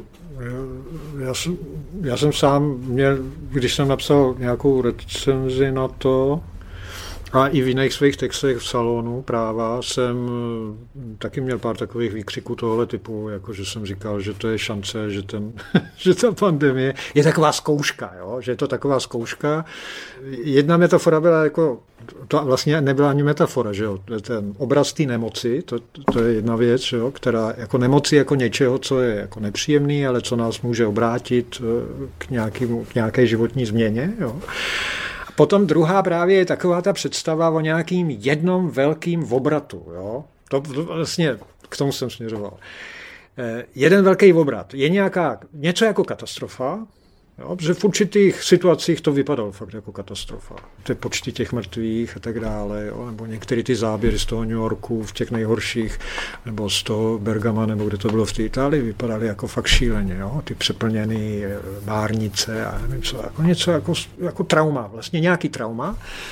jsem sám měl, když jsem napsal nějakou recenzi na to, a i v jiných svých textech v salonu práva jsem taky měl pár takových výkřiků tohohle typu, jako že jsem říkal, že to je šance, že ta pandemie je taková zkouška, jo? Že je to taková zkouška. Jedna metafora byla jako, to vlastně nebyla ani metafora, že jo? Ten obraz té nemoci, to je jedna věc, jo? Která jako nemoci jako něčeho, co je jako nepříjemný, ale co nás může obrátit k nějaké životní změně, jo? Potom druhá právě je taková ta představa o nějakým jednom velkým obratu. Jo? To vlastně k tomu jsem směřoval. Jeden velký obrat. Je něco jako katastrofa, jo? Protože v určitých situacích to vypadalo fakt jako katastrofa. Ty počty těch mrtvých a tak dále, jo? Nebo některé ty záběry z toho New Yorku v těch nejhorších, nebo z toho Bergama, nebo kde to bylo v té Itálii, vypadaly jako fakt šíleně. Jo? Ty přeplněné várnice a nevím co, jako něco jako trauma, vlastně nějaký trauma.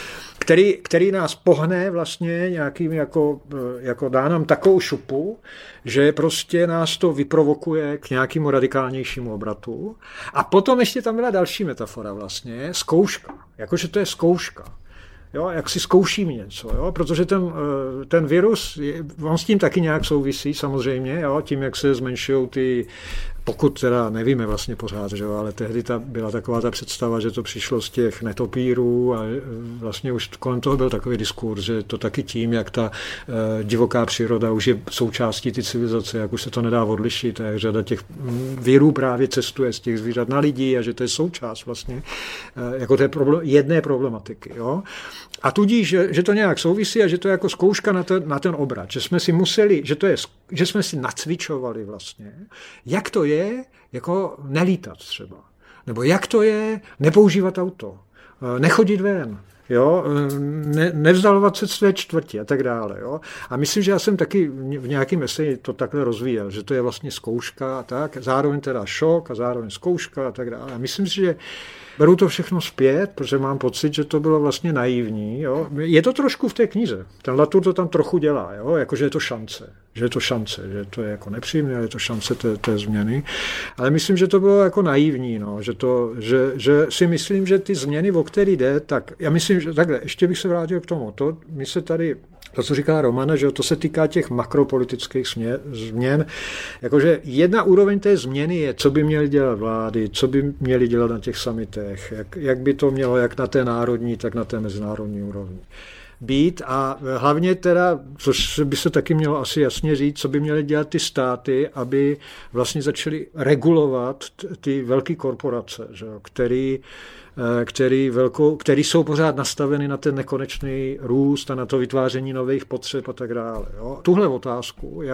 který nás pohne vlastně nějakým jako dá nám takovou šupu, že prostě nás to vyprovokuje k nějakému radikálnějšímu obratu. A potom ještě tam byla další metafora vlastně, zkouška. Jakože to je zkouška. Jo, jak si zkouším něco, jo? Protože ten virus, on s tím taky nějak souvisí samozřejmě, jo? Tím, jak se zmenšují ty, pokud teda nevíme vlastně pořád, že jo? Ale tehdy byla taková ta představa, že to přišlo z těch netopírů a vlastně už kolem toho byl takový diskurs, že to taky tím, jak ta divoká příroda už je součástí ty civilizace, jak už se to nedá odlišit, a jak řada těch virů právě cestuje z těch zvířat na lidi a že to je součást vlastně jako té jedné problematiky, jo? A tudíž, že to nějak souvisí a že to je jako zkouška na ten obrat, že jsme si museli, že jsme si nacvičovali vlastně, jak to je jako nelítat třeba, nebo jak to je nepoužívat auto, nechodit ven, jo, nevzdalovat se své čtvrti a tak dále. Jo. A myslím, že já jsem taky v nějakém eseji to takhle rozvíjel, že to je vlastně zkouška a tak, zároveň teda šok a zároveň zkouška a tak dále. A myslím si, že beru to všechno zpět, protože mám pocit, že to bylo vlastně naivní. Jo. Je to trošku v té knize. Ten Latour to tam trochu dělá, jo, jakože je to šance. Že je to jako nepříjemné, ale je to šance té změny. Ale myslím, že to bylo jako naivní, no, že si myslím, že ty změny, o které jde, tak já myslím, že takhle, ještě bych se vrátil k tomu. To, co říká Romana, že to se týká těch makropolitických změn. Jakože jedna úroveň té změny je, co by měly dělat vlády, co by měly dělat na těch summitech, jak by to mělo jak na té národní, tak na té mezinárodní úrovni být a hlavně teda, což by se taky mělo asi jasně říct, co by měly dělat ty státy, aby vlastně začaly regulovat ty velké korporace, že, který jsou pořád nastaveny na ten nekonečný růst a na to vytváření nových potřeb a tak dále. Jo. Tuhle otázku,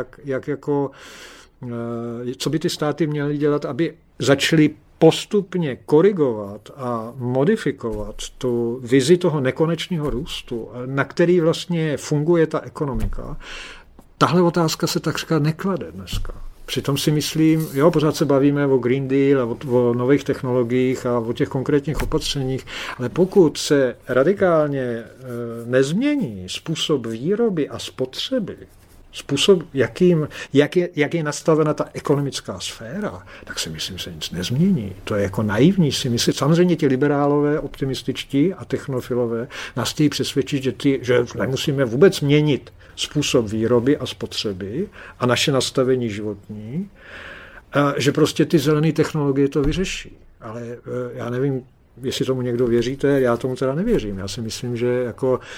co by ty státy měly dělat, aby začaly postupně korigovat a modifikovat tu vizi toho nekonečného růstu, na který vlastně funguje ta ekonomika, tahle otázka se takřka neklade dneska. Přitom si myslím, jo, pořád se bavíme o Green Deal a o nových technologiích a o těch konkrétních opatřeních, ale pokud se radikálně nezmění způsob výroby a spotřeby, způsob, jak je nastavena ta ekonomická sféra, tak si myslím, se nic nezmění. To je jako naivní si myslet. Samozřejmě ti liberálové, optimističtí a technofilové nás chtějí přesvědčit, že nemusíme vůbec měnit způsob výroby a spotřeby a naše nastavení životní, že prostě ty zelené technologie to vyřeší. Ale já nevím, jestli tomu někdo věříte, já tomu teda nevěřím. Já si myslím, že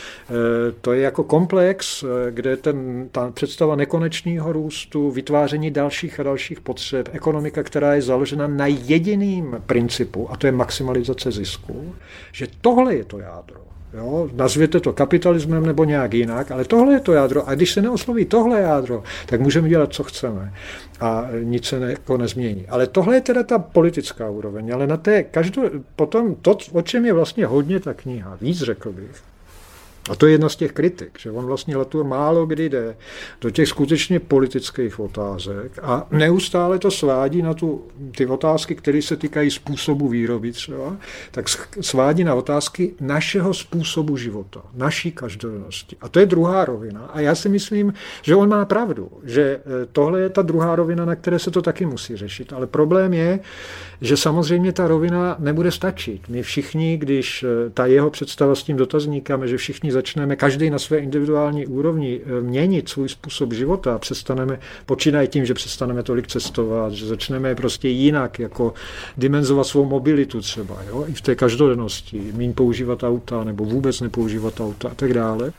to je jako komplex, kde ta představa nekonečného růstu, vytváření dalších a dalších potřeb, ekonomika, která je založena na jediným principu, a to je maximalizace zisku, že tohle je to jádro. Jo, nazvěte to kapitalismem nebo nějak jinak, ale tohle je to jádro. A když se neosloví tohle jádro, tak můžeme dělat, co chceme. A nic se nezmění. Ale tohle je teda ta politická úroveň. Ale potom to, o čem je vlastně hodně ta kniha, víc řekl bych, a to je jedna z těch kritik, že on vlastně Latour málo kdy jde do těch skutečně politických otázek a neustále to svádí na ty otázky, které se týkají způsobu výroby třeba, tak svádí na otázky našeho způsobu života, naší každodennosti. A to je druhá rovina. A já si myslím, že on má pravdu, že tohle je ta druhá rovina, na které se to taky musí řešit. Ale problém je, že samozřejmě ta rovina nebude stačit. My všichni, když ta jeho představa s tím dotazníkem, že všichni začneme každý na své individuální úrovni měnit svůj způsob života, počínají tím, že přestaneme tolik cestovat, že začneme prostě jinak jako dimenzovat svou mobilitu třeba, jo? I v té každodennosti, míň používat auta nebo vůbec nepoužívat auta a tak dále.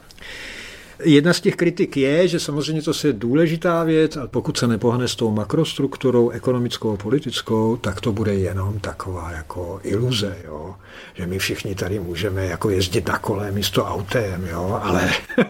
Jedna z těch kritik je, že samozřejmě to je důležitá věc, ale pokud se nepohne s tou makrostrukturou ekonomickou a politickou, tak to bude jenom taková jako iluze, jo? Že my všichni tady můžeme jako jezdit na kole místo autem, jo? Ale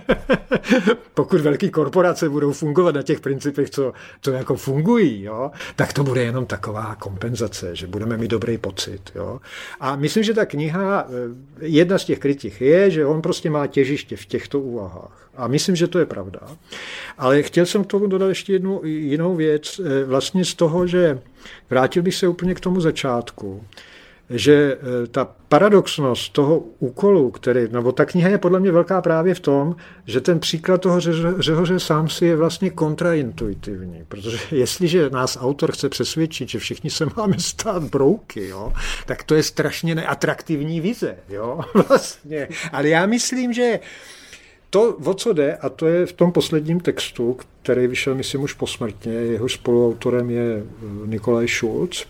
pokud velké korporace budou fungovat na těch principech, co jako fungují, jo? Tak to bude jenom taková kompenzace, že budeme mít dobrý pocit. Jo? A myslím, že ta kniha, jedna z těch kritik je, že on prostě má těžiště v těchto úvahách. A myslím, že to je pravda. Ale chtěl jsem k tomu dodat ještě jednu jinou věc, vlastně z toho, že vrátil bych se úplně k tomu začátku, že ta paradoxnost toho úkolu, nebo ta kniha je podle mě velká právě v tom, že ten příklad toho Řehoře Sámsy je vlastně kontraintuitivní, protože jestliže nás autor chce přesvědčit, že všichni se máme stát brouky, jo, tak to je strašně neatraktivní vize, jo, vlastně. Ale já myslím, že to, o co jde, a to je v tom posledním textu, který vyšel, myslím, už posmrtně, jeho spoluautorem je Nikolaj Schulz.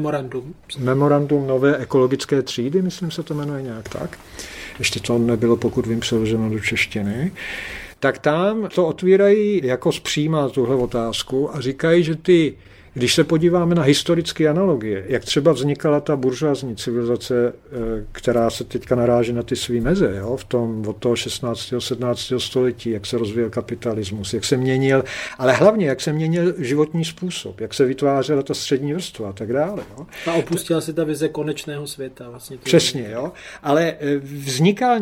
Memorandum nové ekologické třídy, myslím, se to jmenuje nějak tak. Ještě to nebylo, pokud vím, přeloženo do češtiny. Tak tam to otvírají jako zpříma tuhle otázku a říkají, že když se podíváme na historické analogie, jak třeba vznikala ta buržoazní civilizace, která se teďka naráží na ty svý meze, jo, od toho 16. 17. století, jak se rozvíjel kapitalismus, jak se měnil, ale hlavně, jak se měnil životní způsob, jak se vytvářela ta střední vrstva a tak dále. Jo. A opustila se ta vize konečného světa. Vlastně přesně, jo. Ale vznikal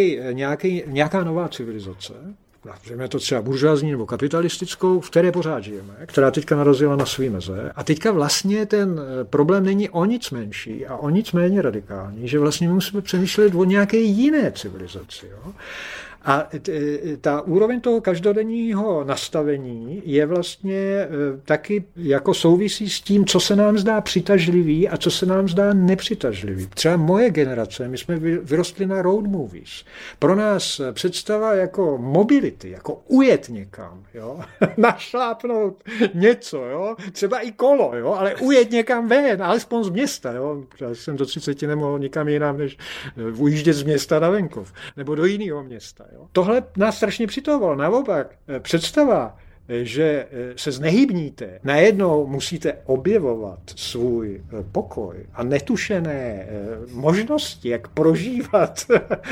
nějaká nová civilizace, Můžeme to třeba buržoazní nebo kapitalistickou, v které pořád žijeme, která teďka narazila na svý meze. A teďka vlastně ten problém není o nic menší a o nic méně radikální, že vlastně musíme přemýšlet o nějaké jiné civilizaci. Jo? A ta úroveň toho každodenního nastavení je vlastně taky jako souvisí s tím, co se nám zdá přitažlivý a co se nám zdá nepřitažlivý. Třeba moje generace, my jsme vyrostli na road movies. Pro nás představa jako mobility, jako ujet někam, jo? Našlápnout něco, jo? Třeba i kolo, jo? Ale ujet někam ven, alespoň z města. Jo? Já jsem do 30 nemohl nikam jinam, než ujíždět z města na venkov, nebo do jiného města. Jo? Tohle nás strašně přitahovalo. Naopak, představa, že se znehybníte, najednou musíte objevovat svůj pokoj a netušené možnosti, jak prožívat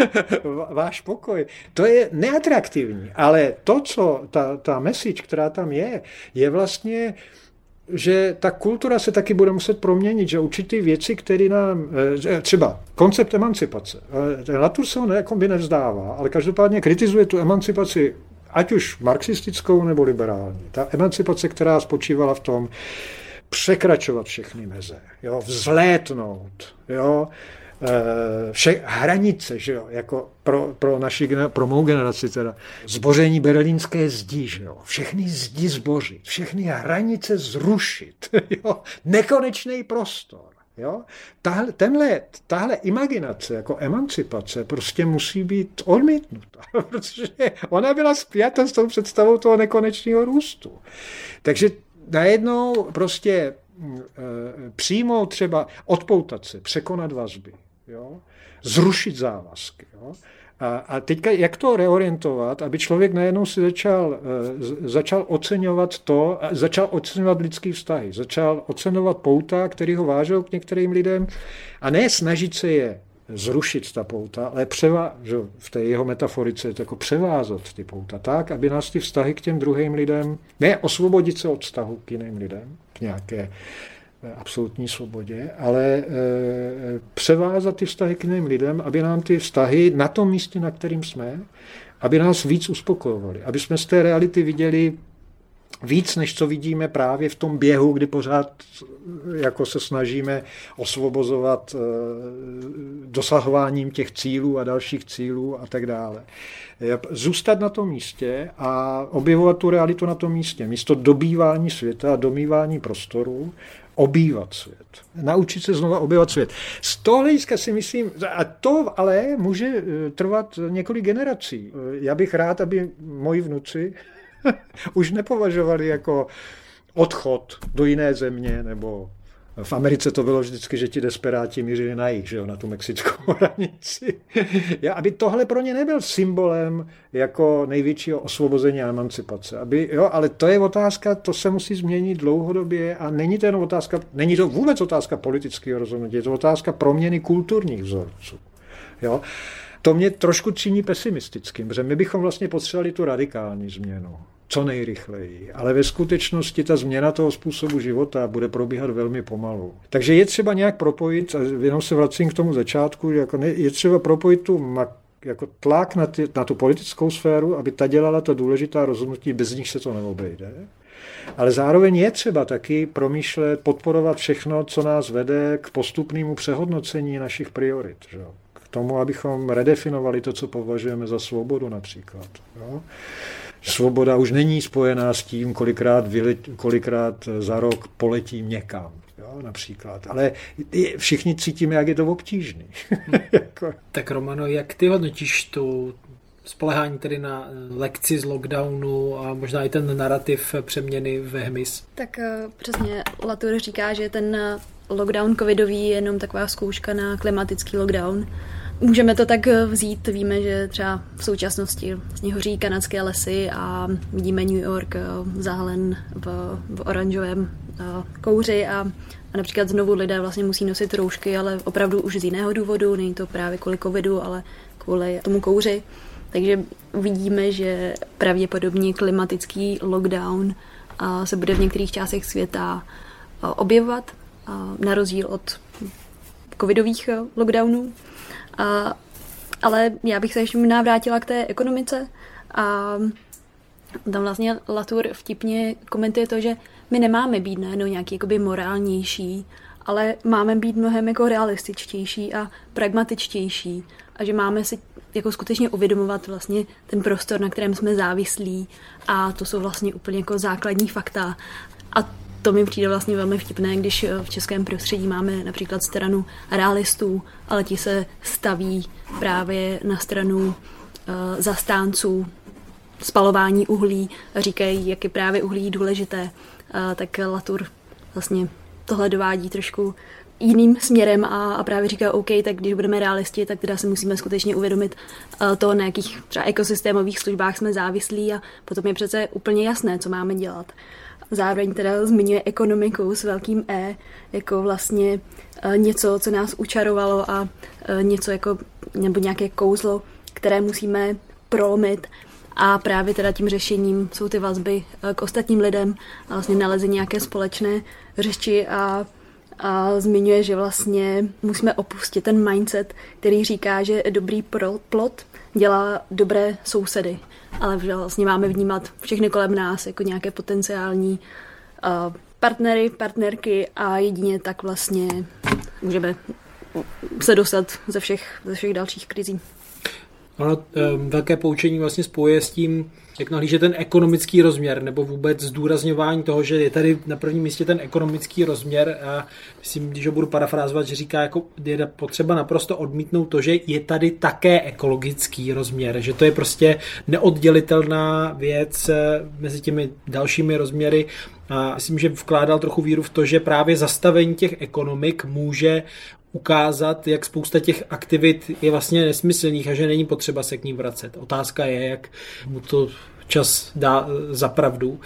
váš pokoj, to je neatraktivní. Ale to, co ta message, která tam je vlastně, že ta kultura se taky bude muset proměnit, že určitý věci, které nám, třeba koncept emancipace, Latour se ho jako by nevzdává, ale každopádně kritizuje tu emancipaci, ať už marxistickou nebo liberální. Ta emancipace, která spočívala v tom překračovat všechny meze, jo, vzlétnout, jo, hranice, že jo, jako pro mou generaci teda, zboření berlínské zdi, že jo, všechny zdi zbořit, všechny hranice zrušit, jo, nekonečný prostor. Jo? Tahle imaginace jako emancipace prostě musí být odmítnuta, protože ona byla spjata s tou představou toho nekonečného růstu. Takže najednou prostě přijmout třeba odpoutat se, překonat vazby, jo? Zrušit závazky. Jo? A teďka jak to reorientovat, aby člověk najednou si začal oceňovat lidský vztahy, začal oceňovat pouta, který ho vážou k některým lidem a ne snažit se je zrušit ta pouta, ale v té jeho metaforice jako převázat ty pouta tak, aby nás ty vztahy k těm druhým lidem, ne osvobodit se od vztahu k jiným lidem, k nějaké absolutní svobodě, ale převázat ty vztahy k jiným lidem, aby nám ty vztahy na tom místě, na kterým jsme, aby nás víc uspokojovaly, aby jsme z té reality viděli víc, než co vidíme právě v tom běhu, kdy pořád jako se snažíme osvobozovat dosahováním těch cílů a dalších cílů a tak dále. Zůstat na tom místě a objevovat tu realitu na tom místě. Místo dobývání světa a domývání prostoru, obývat svět. Naučit se znova obývat svět. Z toho hlediska si myslím, a to ale může trvat několik generací. Já bych rád, aby moji vnuci už nepovažovali jako odchod do jiné země, nebo v Americe to bylo vždycky, že ti desperáti mířili na jih, že jo, na tu mexickou hranici. Aby tohle pro ně nebyl symbolem jako největšího osvobození a emancipace. Ale to je otázka, to se musí změnit dlouhodobě a není to vůbec otázka politického rozhodnutí, je to otázka proměny kulturních vzorců. Jo? To mě trošku činí pesimistickým, protože my bychom vlastně potřebovali tu radikální změnu, co nejrychleji, ale ve skutečnosti ta změna toho způsobu života bude probíhat velmi pomalu. Takže je třeba nějak propojit, a jenom se vracím k tomu začátku, je třeba propojit jako tlak na tu politickou sféru, aby ta dělala ta důležitá rozhodnutí, bez nich se to neobejde. Ale zároveň je třeba taky promýšlet, podporovat všechno, co nás vede k postupnému přehodnocení našich priorit. Že? K tomu, abychom redefinovali to, co považujeme za svobodu například. Jo? Svoboda už není spojená s tím, kolikrát za rok poletím někam. Jo, například. Ale všichni cítíme, jak je to obtížný. Tak Romano, jak ty hodnotíš tu spolehání tedy na lekci z lockdownu a možná i ten narrativ přeměny v hmyz? Tak přesně Latour říká, že ten lockdown covidový je jenom taková zkouška na klimatický lockdown. Můžeme to tak vzít, víme, že třeba v současnosti vlastně hoří kanadské lesy a vidíme New York zahalen v oranžovém kouři a například znovu lidé vlastně musí nosit roušky, ale opravdu už z jiného důvodu, není to právě kvůli covidu, ale kvůli tomu kouři. Takže vidíme, že pravděpodobně klimatický lockdown se bude v některých částech světa objevovat, na rozdíl od covidových lockdownů. Ale já bych se ještě možná vrátila k té ekonomice a tam vlastně Latour vtipně komentuje to, že my nemáme být najednou nějaký jakoby morálnější, ale máme být mnohem jako realističtější a pragmatičtější a že máme si jako skutečně uvědomovat vlastně ten prostor, na kterém jsme závislí a to jsou vlastně úplně jako základní fakta. A to mi přijde vlastně velmi vtipné, když v českém prostředí máme například stranu realistů, ale ti se staví právě na stranu zastánců spalování uhlí a říkají, jak je právě uhlí důležité. Tak Latour vlastně tohle dovádí trošku jiným směrem a právě říká, OK, tak když budeme realisti, tak teda si musíme skutečně uvědomit to, na jakých třeba ekosystémových službách jsme závislí a potom je přece úplně jasné, co máme dělat. Zároveň teda zmiňuje ekonomiku s velkým E, jako vlastně něco, co nás učarovalo a něco jako, nebo nějaké kouzlo, které musíme prolomit a právě teda tím řešením jsou ty vazby k ostatním lidem a vlastně nalezení nějaké společné řeči a zmiňuje, že vlastně musíme opustit ten mindset, který říká, že dobrý plot dělá dobré sousedy, ale že vlastně máme vnímat všechny kolem nás jako nějaké potenciální partnery, partnerky a jedině tak vlastně můžeme se dostat ze všech dalších krizí. Ono velké poučení vlastně spojuje s tím, jak nahlíže ten ekonomický rozměr, nebo vůbec zdůrazňování toho, že je tady na prvním místě ten ekonomický rozměr a myslím, když ho budu parafrázovat, že říká, jako je potřeba naprosto odmítnout to, že je tady také ekologický rozměr, že to je prostě neoddělitelná věc mezi těmi dalšími rozměry a myslím, že vkládal trochu víru v to, že právě zastavení těch ekonomik může ukázat, jak spousta těch aktivit je vlastně nesmyslných a že není potřeba se k ním vracet. Otázka je, jak mu to čas dá za pravdu.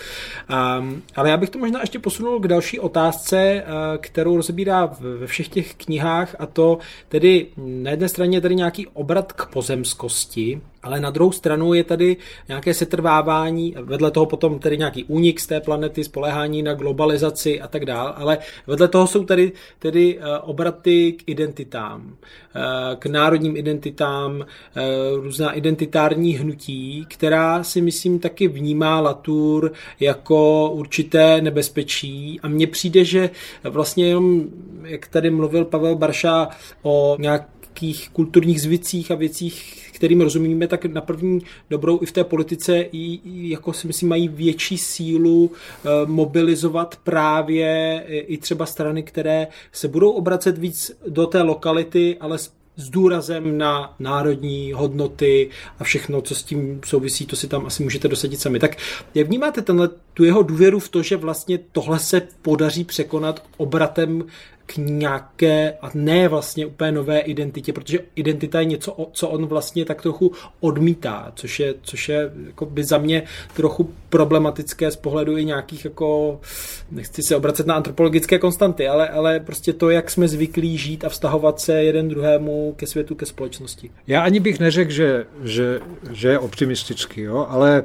Ale já bych to možná ještě posunul k další otázce, kterou rozebírá ve všech těch knihách a to tedy na jedné straně je tady nějaký obrat k pozemskosti, ale na druhou stranu je tady nějaké setrvávání, vedle toho potom tedy nějaký únik z té planety, spoléhání na globalizaci a tak dál, ale vedle toho jsou tady tedy obraty k identitám, k národním identitám, různá identitární hnutí, která si myslím taky vnímá Latour jako určité nebezpečí a mně přijde, že vlastně jenom, jak tady mluvil Pavel Barša o nějakých kulturních zvicích a věcích, kterým rozumíme, tak na první dobrou i v té politice jako si myslím mají větší sílu mobilizovat právě i třeba strany, které se budou obracet víc do té lokality, ale s důrazem na národní hodnoty a všechno, co s tím souvisí, to si tam asi můžete dosadit sami. Tak jak vnímáte tu jeho důvěru v to, že vlastně tohle se podaří překonat obratem k nějaké a ne vlastně úplně nové identitě, protože identita je něco, co on vlastně tak trochu odmítá, což je jako by za mě trochu problematické z pohledu i nějakých jako, nechci se obracet na antropologické konstanty, ale prostě to, jak jsme zvyklí žít a vztahovat se jeden druhému ke světu, ke společnosti. Já ani bych neřekl, že je optimistický, jo, ale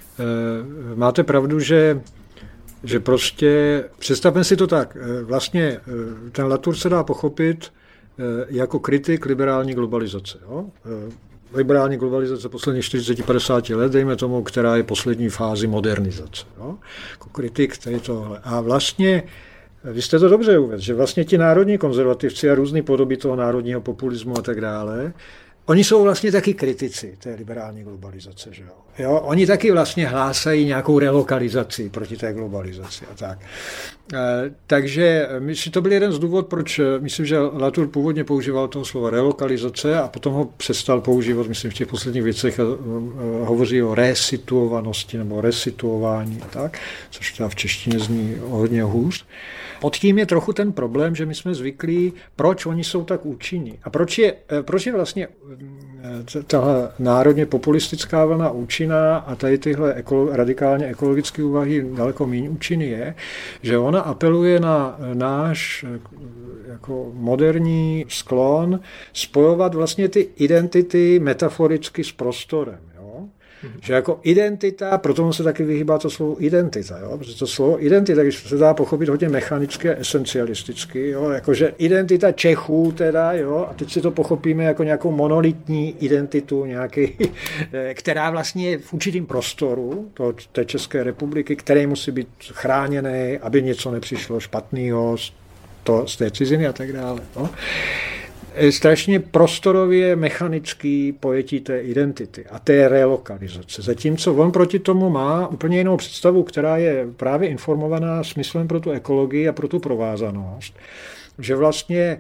máte pravdu, že prostě, představme si to tak, vlastně ten Latour se dá pochopit jako kritik liberální globalizace. Jo? liberální globalizace posledních 40-50 let, dejme tomu, která je poslední fázi modernizace. Jo? Jako kritik tady tohle. A vlastně vy jste to dobře uvedl, že vlastně ti národní konzervativci a různý podoby toho národního populismu a tak dále, oni jsou vlastně taky kritici té liberální globalizace. Že jo? Oni taky vlastně hlásají nějakou relokalizaci proti té globalizaci a tak. Takže to byl jeden z důvodů, proč myslím, že Latour původně používal toho slova relokalizace a potom ho přestal používat, myslím, v těch posledních věcech hovoří o resituovanosti nebo resituování a tak, což teda v češtině zní hodně hůř. Pod tím je trochu ten problém, že my jsme zvyklí, proč oni jsou tak účinní. A proč je vlastně tahle národně populistická vlna účinná a tady tyhle radikálně ekologické úvahy daleko méně účinný je, že ona apeluje na náš jako moderní sklon spojovat vlastně ty identity metaforicky s prostorem. Že jako identita, proto se taky vyhýbá to slovo identita, jo? Protože to slovo identita, když se dá pochopit hodně mechanicky a esencialisticky, jo? Jakože identita Čechů teda, jo? A teď si to pochopíme jako nějakou monolitní identitu, která vlastně je v určitým prostoru té České republiky, který musí být chráněný, aby něco nepřišlo špatného z té ciziny a tak dále. No? Strašně prostorově mechanický pojetí té identity a té relokalizace. Zatímco on proti tomu má úplně jinou představu, která je právě informovaná smyslem pro tu ekologii a pro tu provázanost. Že vlastně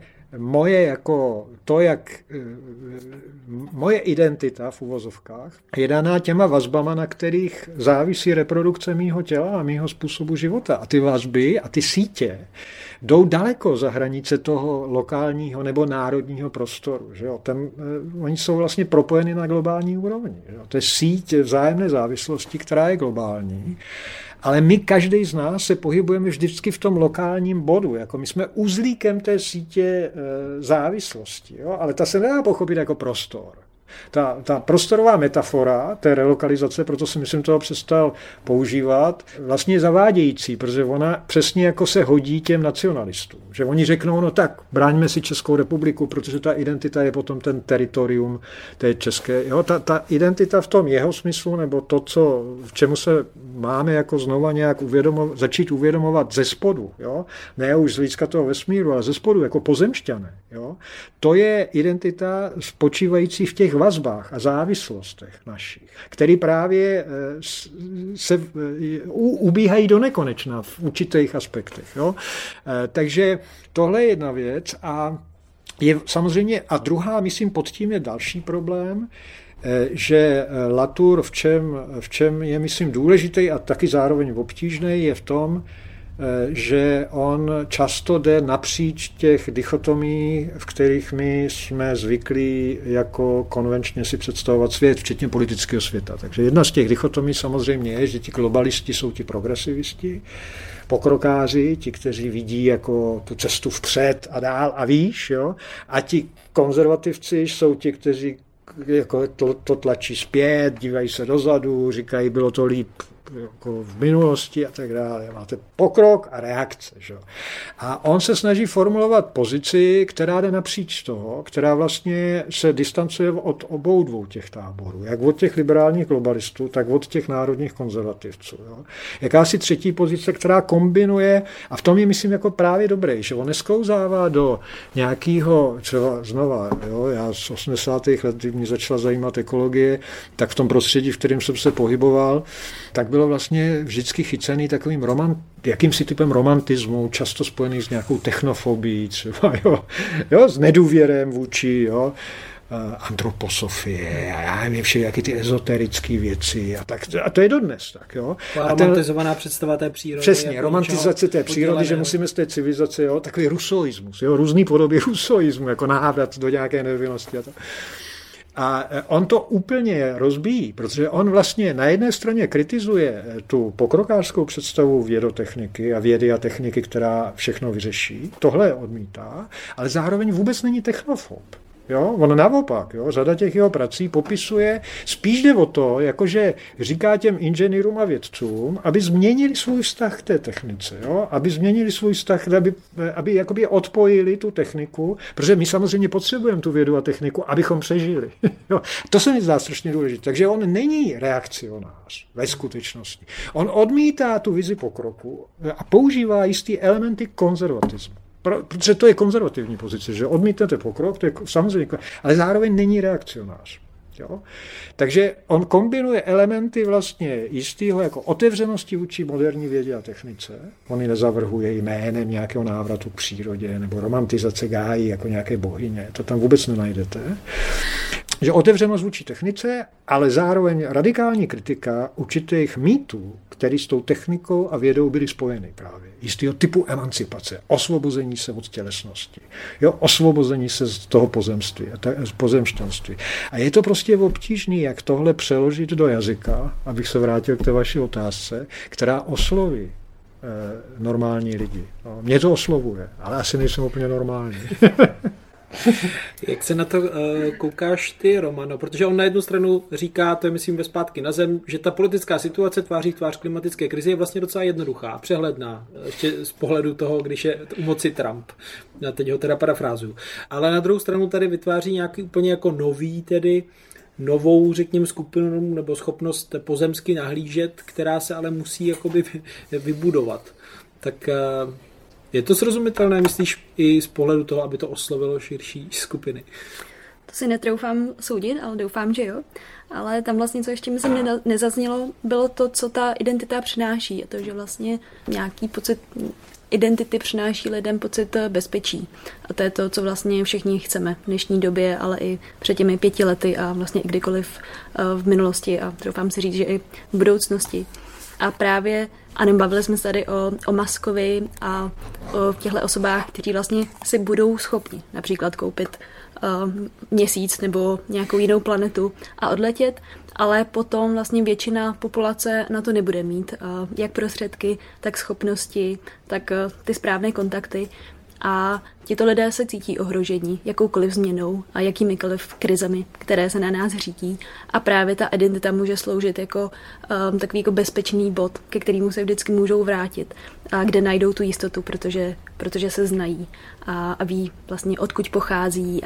moje identita v uvozovkách je daná těma vazbama, na kterých závisí reprodukce mýho těla a mýho způsobu života. A ty vazby a ty sítě jdou daleko za hranice toho lokálního nebo národního prostoru. Že jo? Oni jsou vlastně propojeni na globální úrovni. Že jo? To je síť vzájemné závislosti, která je globální. Ale my, každý z nás, se pohybujeme vždycky v tom lokálním bodu. Jako my jsme uzlíkem té sítě závislosti. Jo? Ale ta se nedá pochopit jako prostor. Ta prostorová metafora té relokalizace, proto si myslím, toho přestal používat, vlastně je zavádějící, protože ona přesně jako se hodí těm nacionalistům. Že oni řeknou, no tak, bráňme si Českou republiku, protože ta identita je potom ten teritorium té české. Jo? Ta identita v tom jeho smyslu, nebo to, v čemu se máme jako znova nějak začít uvědomovat ze spodu, jo? Ne už z hlediska toho vesmíru, ale ze spodu, jako pozemšťané. Jo? To je identita spočívající v těch vazbách a závislostech našich, které právě se ubíhají do nekonečna v určitých aspektech. Jo? Takže tohle je jedna věc a je samozřejmě, a druhá, myslím, pod tím je další problém, že Latour v čem je, myslím, důležitý a taky zároveň obtížný, je v tom, že on často jde napříč těch dichotomí, v kterých my jsme zvyklí jako konvenčně si představovat svět, včetně politického světa. Takže jedna z těch dichotomí samozřejmě je, že ti globalisti jsou ti progresivisti, pokrokáři, ti, kteří vidí jako tu cestu vpřed a dál a výš, jo? A ti konzervativci jsou ti, kteří jako to tlačí zpět, dívají se dozadu, říkají, bylo to líp jako v minulosti a tak dále. Máte pokrok a reakce. Že? A on se snaží formulovat pozici, která jde napříč toho, která vlastně se distancuje od obou dvou těch táborů. Jak od těch liberálních globalistů, tak od těch národních konzervativců. Jo? Jakási třetí pozice, která kombinuje, a v tom je, myslím, jako právě dobrý, že on nesklouzává do nějakého, třeba znova, jo, já z 80. let, kdy mě začala zajímat ekologie, tak v tom prostředí, v kterém jsem se pohyboval, tak bylo vlastně vždycky chycený takovým jakýmsi typem romantismu, často spojený s nějakou technofobií, třeba, jo, s nedůvěrem vůči, jo, antroposofie a já nevím, jaký ty ezoterické věci a to je dodnes, tak, jo. Romantizovaná představa té přírody. Přesně, jako romantizace té přírody, že musíme z té civilizace, jo, takový rusoismus, jo, různý podoby rusoismu, jako návrat do nějaké nevinnosti a to. A on to úplně rozbíjí, protože on vlastně na jedné straně kritizuje tu pokrokářskou představu vědotechniky a vědy a techniky, která všechno vyřeší. Tohle odmítá, ale zároveň vůbec není technofob. Jo? On naopak, jo? Řada těch jeho prací popisuje, spíš jde o to, jakože říká těm inženýrům a vědcům, aby změnili svůj vztah k té technice, jo? Aby změnili svůj vztah, aby jakoby odpojili tu techniku, protože my samozřejmě potřebujeme tu vědu a techniku, abychom přežili. Jo? To se mi zdá strašně důležité. Takže on není reakcionář ve skutečnosti. On odmítá tu vizi pokroku a používá jistý elementy konzervatismu. Protože to je konzervativní pozice, že odmítnete pokrok, to je samozřejmě, ale zároveň není reakcionář. Jo? Takže on kombinuje elementy vlastně jistého jako otevřenosti vůči moderní vědě a technice. On ji nezavrhuje jménem nějakého návratu k přírodě nebo romantizace Gáji jako nějaké bohyně. To tam vůbec nenajdete. Že otevřenost vůči technice, ale zároveň radikální kritika určitých mýtů, které s tou technikou a vědou byly spojeny právě. Jistého typu emancipace, osvobození se od tělesnosti, jo, osvobození se z toho pozemství, z pozemšťanství. A je to prostě obtížné, jak tohle přeložit do jazyka, abych se vrátil k té vaší otázce, která osloví normální lidi. No, mě to oslovuje, ale asi nejsem úplně normální. Jak se na to koukáš ty, Romano? Protože on na jednu stranu říká, to je myslím ve Zpátky na zem, že ta politická situace tváří v tvář klimatické krizi je vlastně docela jednoduchá, přehledná, ještě z pohledu toho, když je u moci Trump. Já teď ho teda parafrázuju. Ale na druhou stranu tady vytváří nějaký úplně jako nový, tedy novou, řekněme, skupinu nebo schopnost pozemsky nahlížet, která se ale musí jakoby vybudovat. Tak je to srozumitelné, myslíš, i z pohledu toho, aby to oslovilo širší skupiny? To si netroufám soudit, ale doufám, že jo. Ale tam vlastně, co ještě myslím nezaznělo, bylo to, co ta identita přináší. A to, že vlastně nějaký pocit identity přináší lidem pocit bezpečí. A to je to, co vlastně všichni chceme v dnešní době, ale i před těmi 5 lety a vlastně i kdykoliv v minulosti a doufám si říct, že i v budoucnosti. A právě, a nebavili jsme se tady o Muskovi a o těchto osobách, kteří vlastně si budou schopni například koupit měsíc nebo nějakou jinou planetu a odletět, ale potom vlastně většina populace na to nebude mít jak prostředky, tak schopnosti, tak ty správné kontakty. A tito lidé se cítí ohrožení jakoukoliv změnou a jakýmikoliv krizemi, které se na nás řídí. A právě ta identita může sloužit jako takový jako bezpečný bod, ke kterému se vždycky můžou vrátit a kde najdou tu jistotu, protože se znají a ví vlastně odkud pochází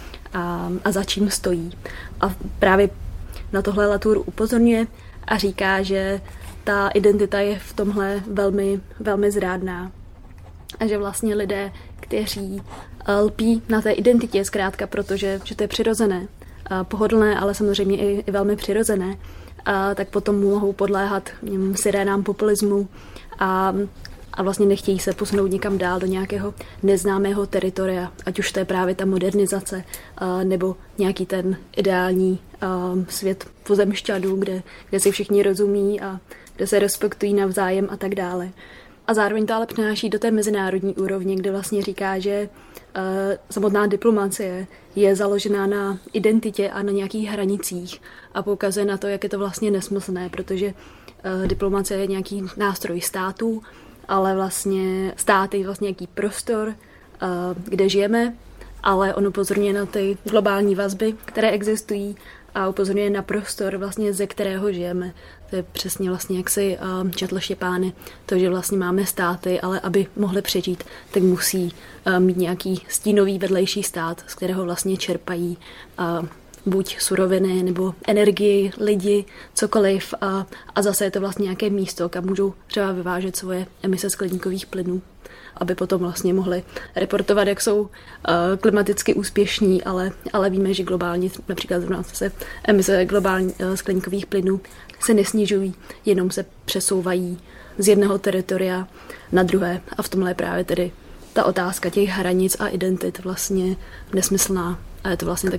a za čím stojí. A právě na tohle Latour upozorňuje a říká, že ta identita je v tomhle velmi, velmi zrádná. A že vlastně lidé, kteří lpí na té identitě zkrátka, protože že to je přirozené, pohodlné, ale samozřejmě i velmi přirozené, tak potom mohou podléhat sirénám populismu a vlastně nechtějí se posunout někam dál do nějakého neznámého teritoria, ať už to je právě ta modernizace nebo nějaký ten ideální svět pozemšťanů, kde si všichni rozumí a kde se respektují navzájem a tak dále. A zároveň to ale přináší do té mezinárodní úrovně, kde vlastně říká, že samotná diplomacie je založená na identitě a na nějakých hranicích a poukazuje na to, jak je to vlastně nesmyslné, protože diplomacie je nějaký nástroj států, ale vlastně stát je vlastně nějaký prostor, kde žijeme, ale on upozorňuje na ty globální vazby, které existují a upozorňuje na prostor, vlastně, ze kterého žijeme. To je přesně vlastně, jak si četl Štěpány, to, že vlastně máme státy, ale aby mohli přežít, tak musí mít nějaký stínový vedlejší stát, z kterého vlastně čerpají buď suroviny, nebo energii, lidi, cokoliv a zase je to vlastně nějaké místo, kam můžou třeba vyvážet svoje emise skleníkových plynů, aby potom vlastně mohli reportovat, jak jsou klimaticky úspěšní, ale víme, že globálně například zrovna se emise globální skleníkových plynů se nesnižují, jenom se přesouvají z jednoho teritoria na druhé a v tomhle je právě tedy ta otázka těch hranic a identit vlastně nesmyslná a je to vlastně takový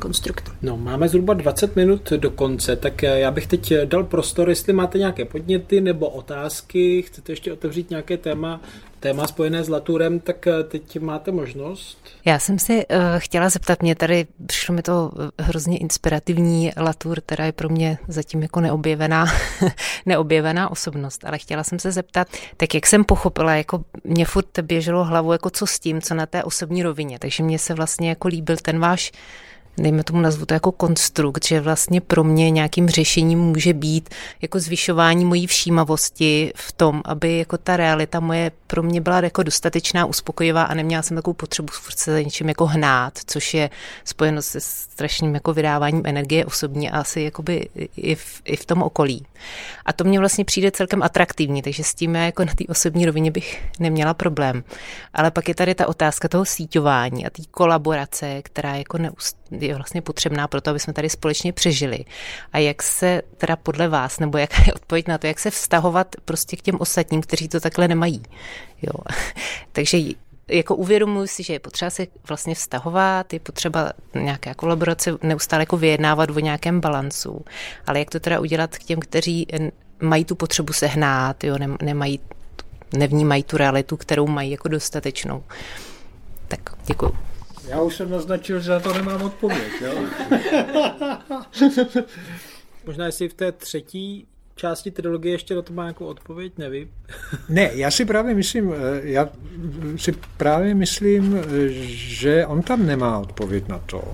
konstrukt. No, máme zhruba 20 minut do konce, tak já bych teď dal prostor, jestli máte nějaké podněty nebo otázky, chcete ještě otevřít nějaké téma spojené s Latourem, tak teď máte možnost. Já jsem si chtěla zeptat, přišlo mi to hrozně inspirativní. Latour teda je pro mě zatím jako neobjevená osobnost, ale chtěla jsem se zeptat, tak jak jsem pochopila, jako mě furt běželo hlavou, jako co s tím, co na té osobní rovině, takže mně se vlastně jako líbil ten váš, dejme tomu nazvu to jako konstrukt, že vlastně pro mě nějakým řešením může být jako zvyšování mojí všímavosti v tom, aby jako ta realita moje pro mě byla jako dostatečná, uspokojivá a neměla jsem takovou potřebu furt se za něčím jako hnát, což je spojeno se strašným jako vydáváním energie osobně a asi jakoby i v tom okolí. A to mně vlastně přijde celkem atraktivní, takže s tím já jako na té osobní rovině bych neměla problém. Ale pak je tady ta otázka toho síťování a té kolaborace, která jako je vlastně potřebná pro to, aby jsme tady společně přežili. A jak se teda podle vás, nebo jaká je odpověď na to, jak se vztahovat prostě k těm ostatním, kteří to takhle nemají. Jo. Takže jako uvědomuji si, že je potřeba se vlastně vztahovat, je potřeba nějaká kolaborace, neustále jako vyjednávat o nějakém balancu. Ale jak to teda udělat k těm, kteří mají tu potřebu se hnát, jo, nevnímají tu realitu, kterou mají jako dostatečnou. Tak děkuju. Já už jsem naznačil, že za to nemám odpověď. Jo? Možná jestli v té třetí části trilogie ještě na to má nějakou odpověď, nevím. Ne, já si právě myslím, že on tam nemá odpověď na to,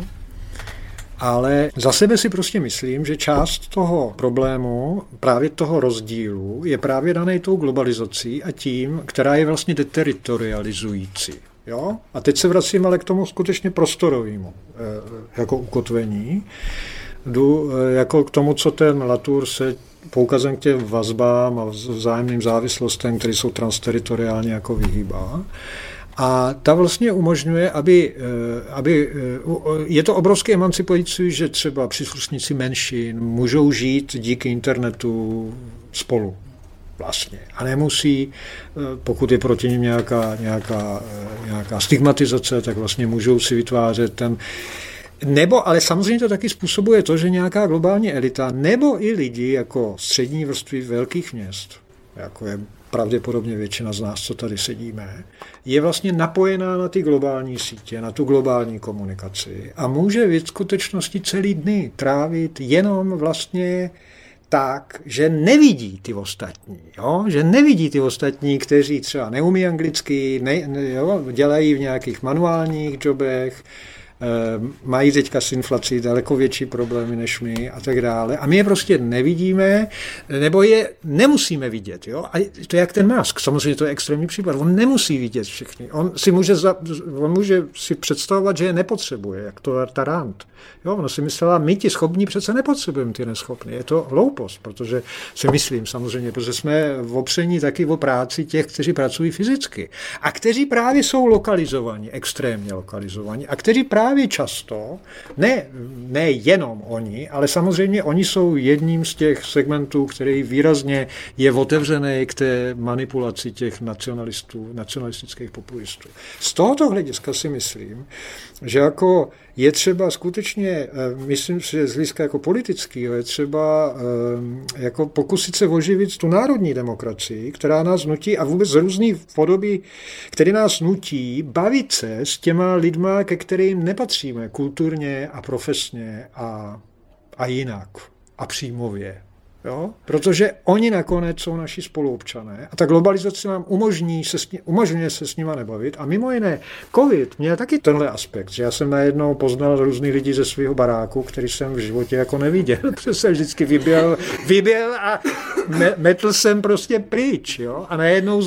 ale za sebe si prostě myslím, že část toho problému, právě toho rozdílu, je právě daný tou globalizací a tím, která je vlastně deteritorializující. Jo? A teď se vracím ale k tomu skutečně prostorovému jako ukotvení. Jdu jako k tomu, co ten Latour se poukazem k těm vazbám a vzájemným závislostem, které jsou transteritoriálně jako vyhýbá. A ta vlastně umožňuje, aby je to obrovské emancipující, že třeba příslušníci menšin můžou žít díky internetu spolu. Vlastně. A nemusí, pokud je proti nim nějaká stigmatizace, tak vlastně můžou si vytvářet ten. Nebo, ale samozřejmě to taky způsobuje to, že nějaká globální elita, nebo i lidi jako střední vrstvy velkých měst, jako je pravděpodobně většina z nás, co tady sedíme, je vlastně napojená na ty globální sítě, na tu globální komunikaci a může v skutečnosti celý dny trávit jenom vlastně tak, že nevidí ty ostatní, jo? Že nevidí ty ostatní, kteří třeba neumí anglicky, dělají v nějakých manuálních jobech, mají teďka s inflací daleko větší problémy než my a tak dále. A my je prostě nevidíme, nebo je nemusíme vidět. Jo? A to je jak ten Musk, samozřejmě to je extrémní případ. On nemusí vidět všechny. On může si představovat, že je nepotřebuje, jak to Tarant. Jo? Ona si myslela, my ti schopní přece nepotřebujeme ty neschopný. Je to hloupost, protože si myslím samozřejmě, protože jsme opření taky o práci těch, kteří pracují fyzicky a kteří právě jsou lokalizovaní, extrémně lokalizovaní a kteří právě často, ne jenom oni, ale samozřejmě oni jsou jedním z těch segmentů, který výrazně je otevřený k té manipulaci těch nacionalistických populistů. Z tohoto hlediska si myslím, že jako je třeba skutečně, myslím si, že z hlediska jako politického je třeba jako pokusit se oživit tu národní demokracii, která nás nutí a vůbec z různých podoby, které nás nutí bavit se s těma lidma, ke kterým nepatříme kulturně a profesně a jinak a příjmově. Jo? Protože oni nakonec jsou naši spoluobčané a ta globalizace nám umožňuje se s nima nebavit a mimo jiné covid měl taky tenhle aspekt, že já jsem najednou poznal různý lidi ze svého baráku, který jsem v životě jako neviděl, protože jsem vždycky vyběl a metl jsem prostě pryč, jo? A najednou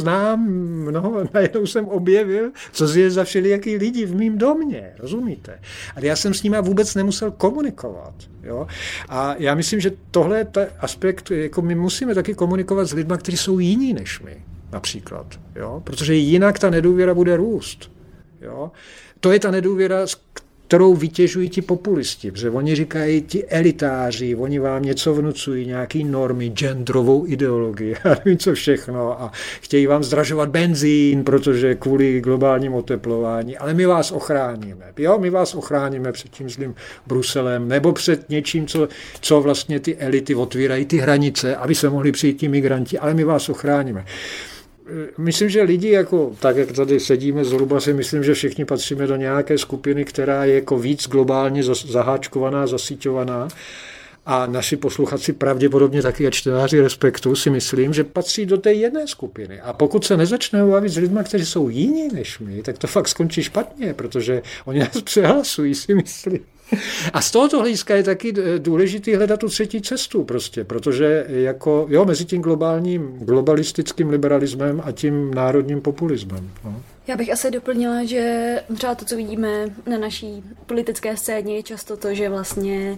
najednou jsem objevil, co je za všelijaký lidi v mým domě, rozumíte? A já jsem s nima vůbec nemusel komunikovat, jo? A já myslím, že tohle je aspekt, jako my musíme taky komunikovat s lidmi, kteří jsou jiní než my, například. Jo? Protože jinak ta nedůvěra bude růst. Jo? To je ta nedůvěra, kterou vytěžují ti populisti, protože oni říkají ti elitáři, oni vám něco vnucují, nějaký normy, genderovou ideologii, a nevím co všechno, a chtějí vám zdražovat benzín, protože kvůli globálnímu oteplování, ale my vás ochráníme. Jo, my vás ochráníme před tím zlým Bruselem, nebo před něčím, co vlastně ty elity otvírají ty hranice, aby se mohli přijít ti migranti, ale my vás ochráníme. Myslím, že lidi, jako tak, jak tady sedíme zhruba, si myslím, že všichni patříme do nějaké skupiny, která je jako víc globálně zaháčkovaná, zasíťovaná. A naši posluchači pravděpodobně taky a čtenáři Respektu si myslím, že patří do té jedné skupiny. A pokud se nezačneme bavit s lidmi, kteří jsou jiní než my, tak to fakt skončí špatně, protože oni nás přehlasují, si myslím. A z tohoto hlediska je taky důležitý hledat tu třetí cestu prostě, protože jako, mezi tím globalistickým liberalismem a tím národním populismem. No. Já bych asi doplnila, že třeba to, co vidíme na naší politické scéně, je často to, že vlastně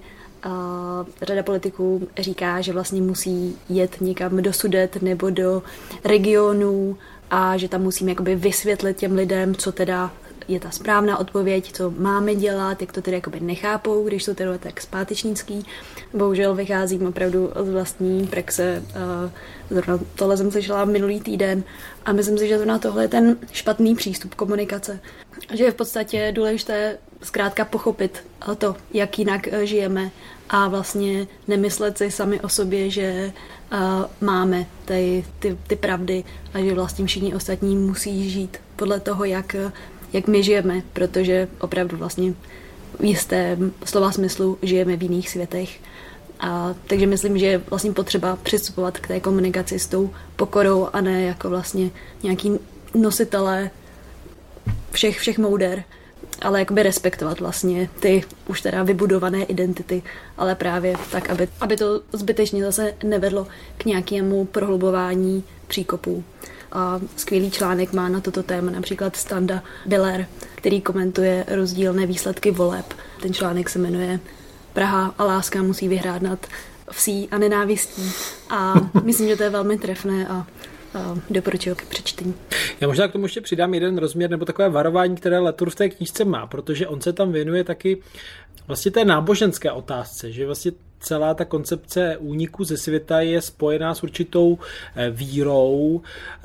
řada politiků říká, že vlastně musí jet někam do Sudet nebo do regionů a že tam musíme jakoby vysvětlit těm lidem, co teda je ta správná odpověď, co máme dělat, jak to tedy jakoby nechápou, když jsou teda tak zpátečnický. Bohužel vycházím opravdu z vlastní praxe. Zrovna tohle jsem slyšela minulý týden a myslím si, že zrovna tohle je ten špatný přístup komunikace. Že je v podstatě důležité zkrátka pochopit to, jak jinak žijeme a vlastně nemyslet si sami o sobě, že máme ty pravdy a že vlastně všichni ostatní musí žít podle toho, jak my žijeme, protože opravdu vlastně v jistém slova smyslu žijeme v jiných světech. Takže myslím, že je vlastně potřeba přistupovat k té komunikaci s tou pokorou a ne jako vlastně nějaký nositelé všech mouder, ale jakoby respektovat vlastně ty už teda vybudované identity, ale právě tak, aby to zbytečně zase nevedlo k nějakému prohlubování příkopů. A skvělý článek má na toto téma například Standa Biller, který komentuje rozdílné výsledky voleb. Ten článek se jmenuje Praha a láska musí vyhrát nad vsí a nenávistí. A myslím, že to je velmi trefné a doporučuji k přečtení. Já možná k tomu ještě přidám jeden rozměr nebo takové varování, které Latour v té knížce má, protože on se tam věnuje taky vlastně té náboženské otázce, že vlastně celá ta koncepce úniku ze světa je spojená s určitou vírou,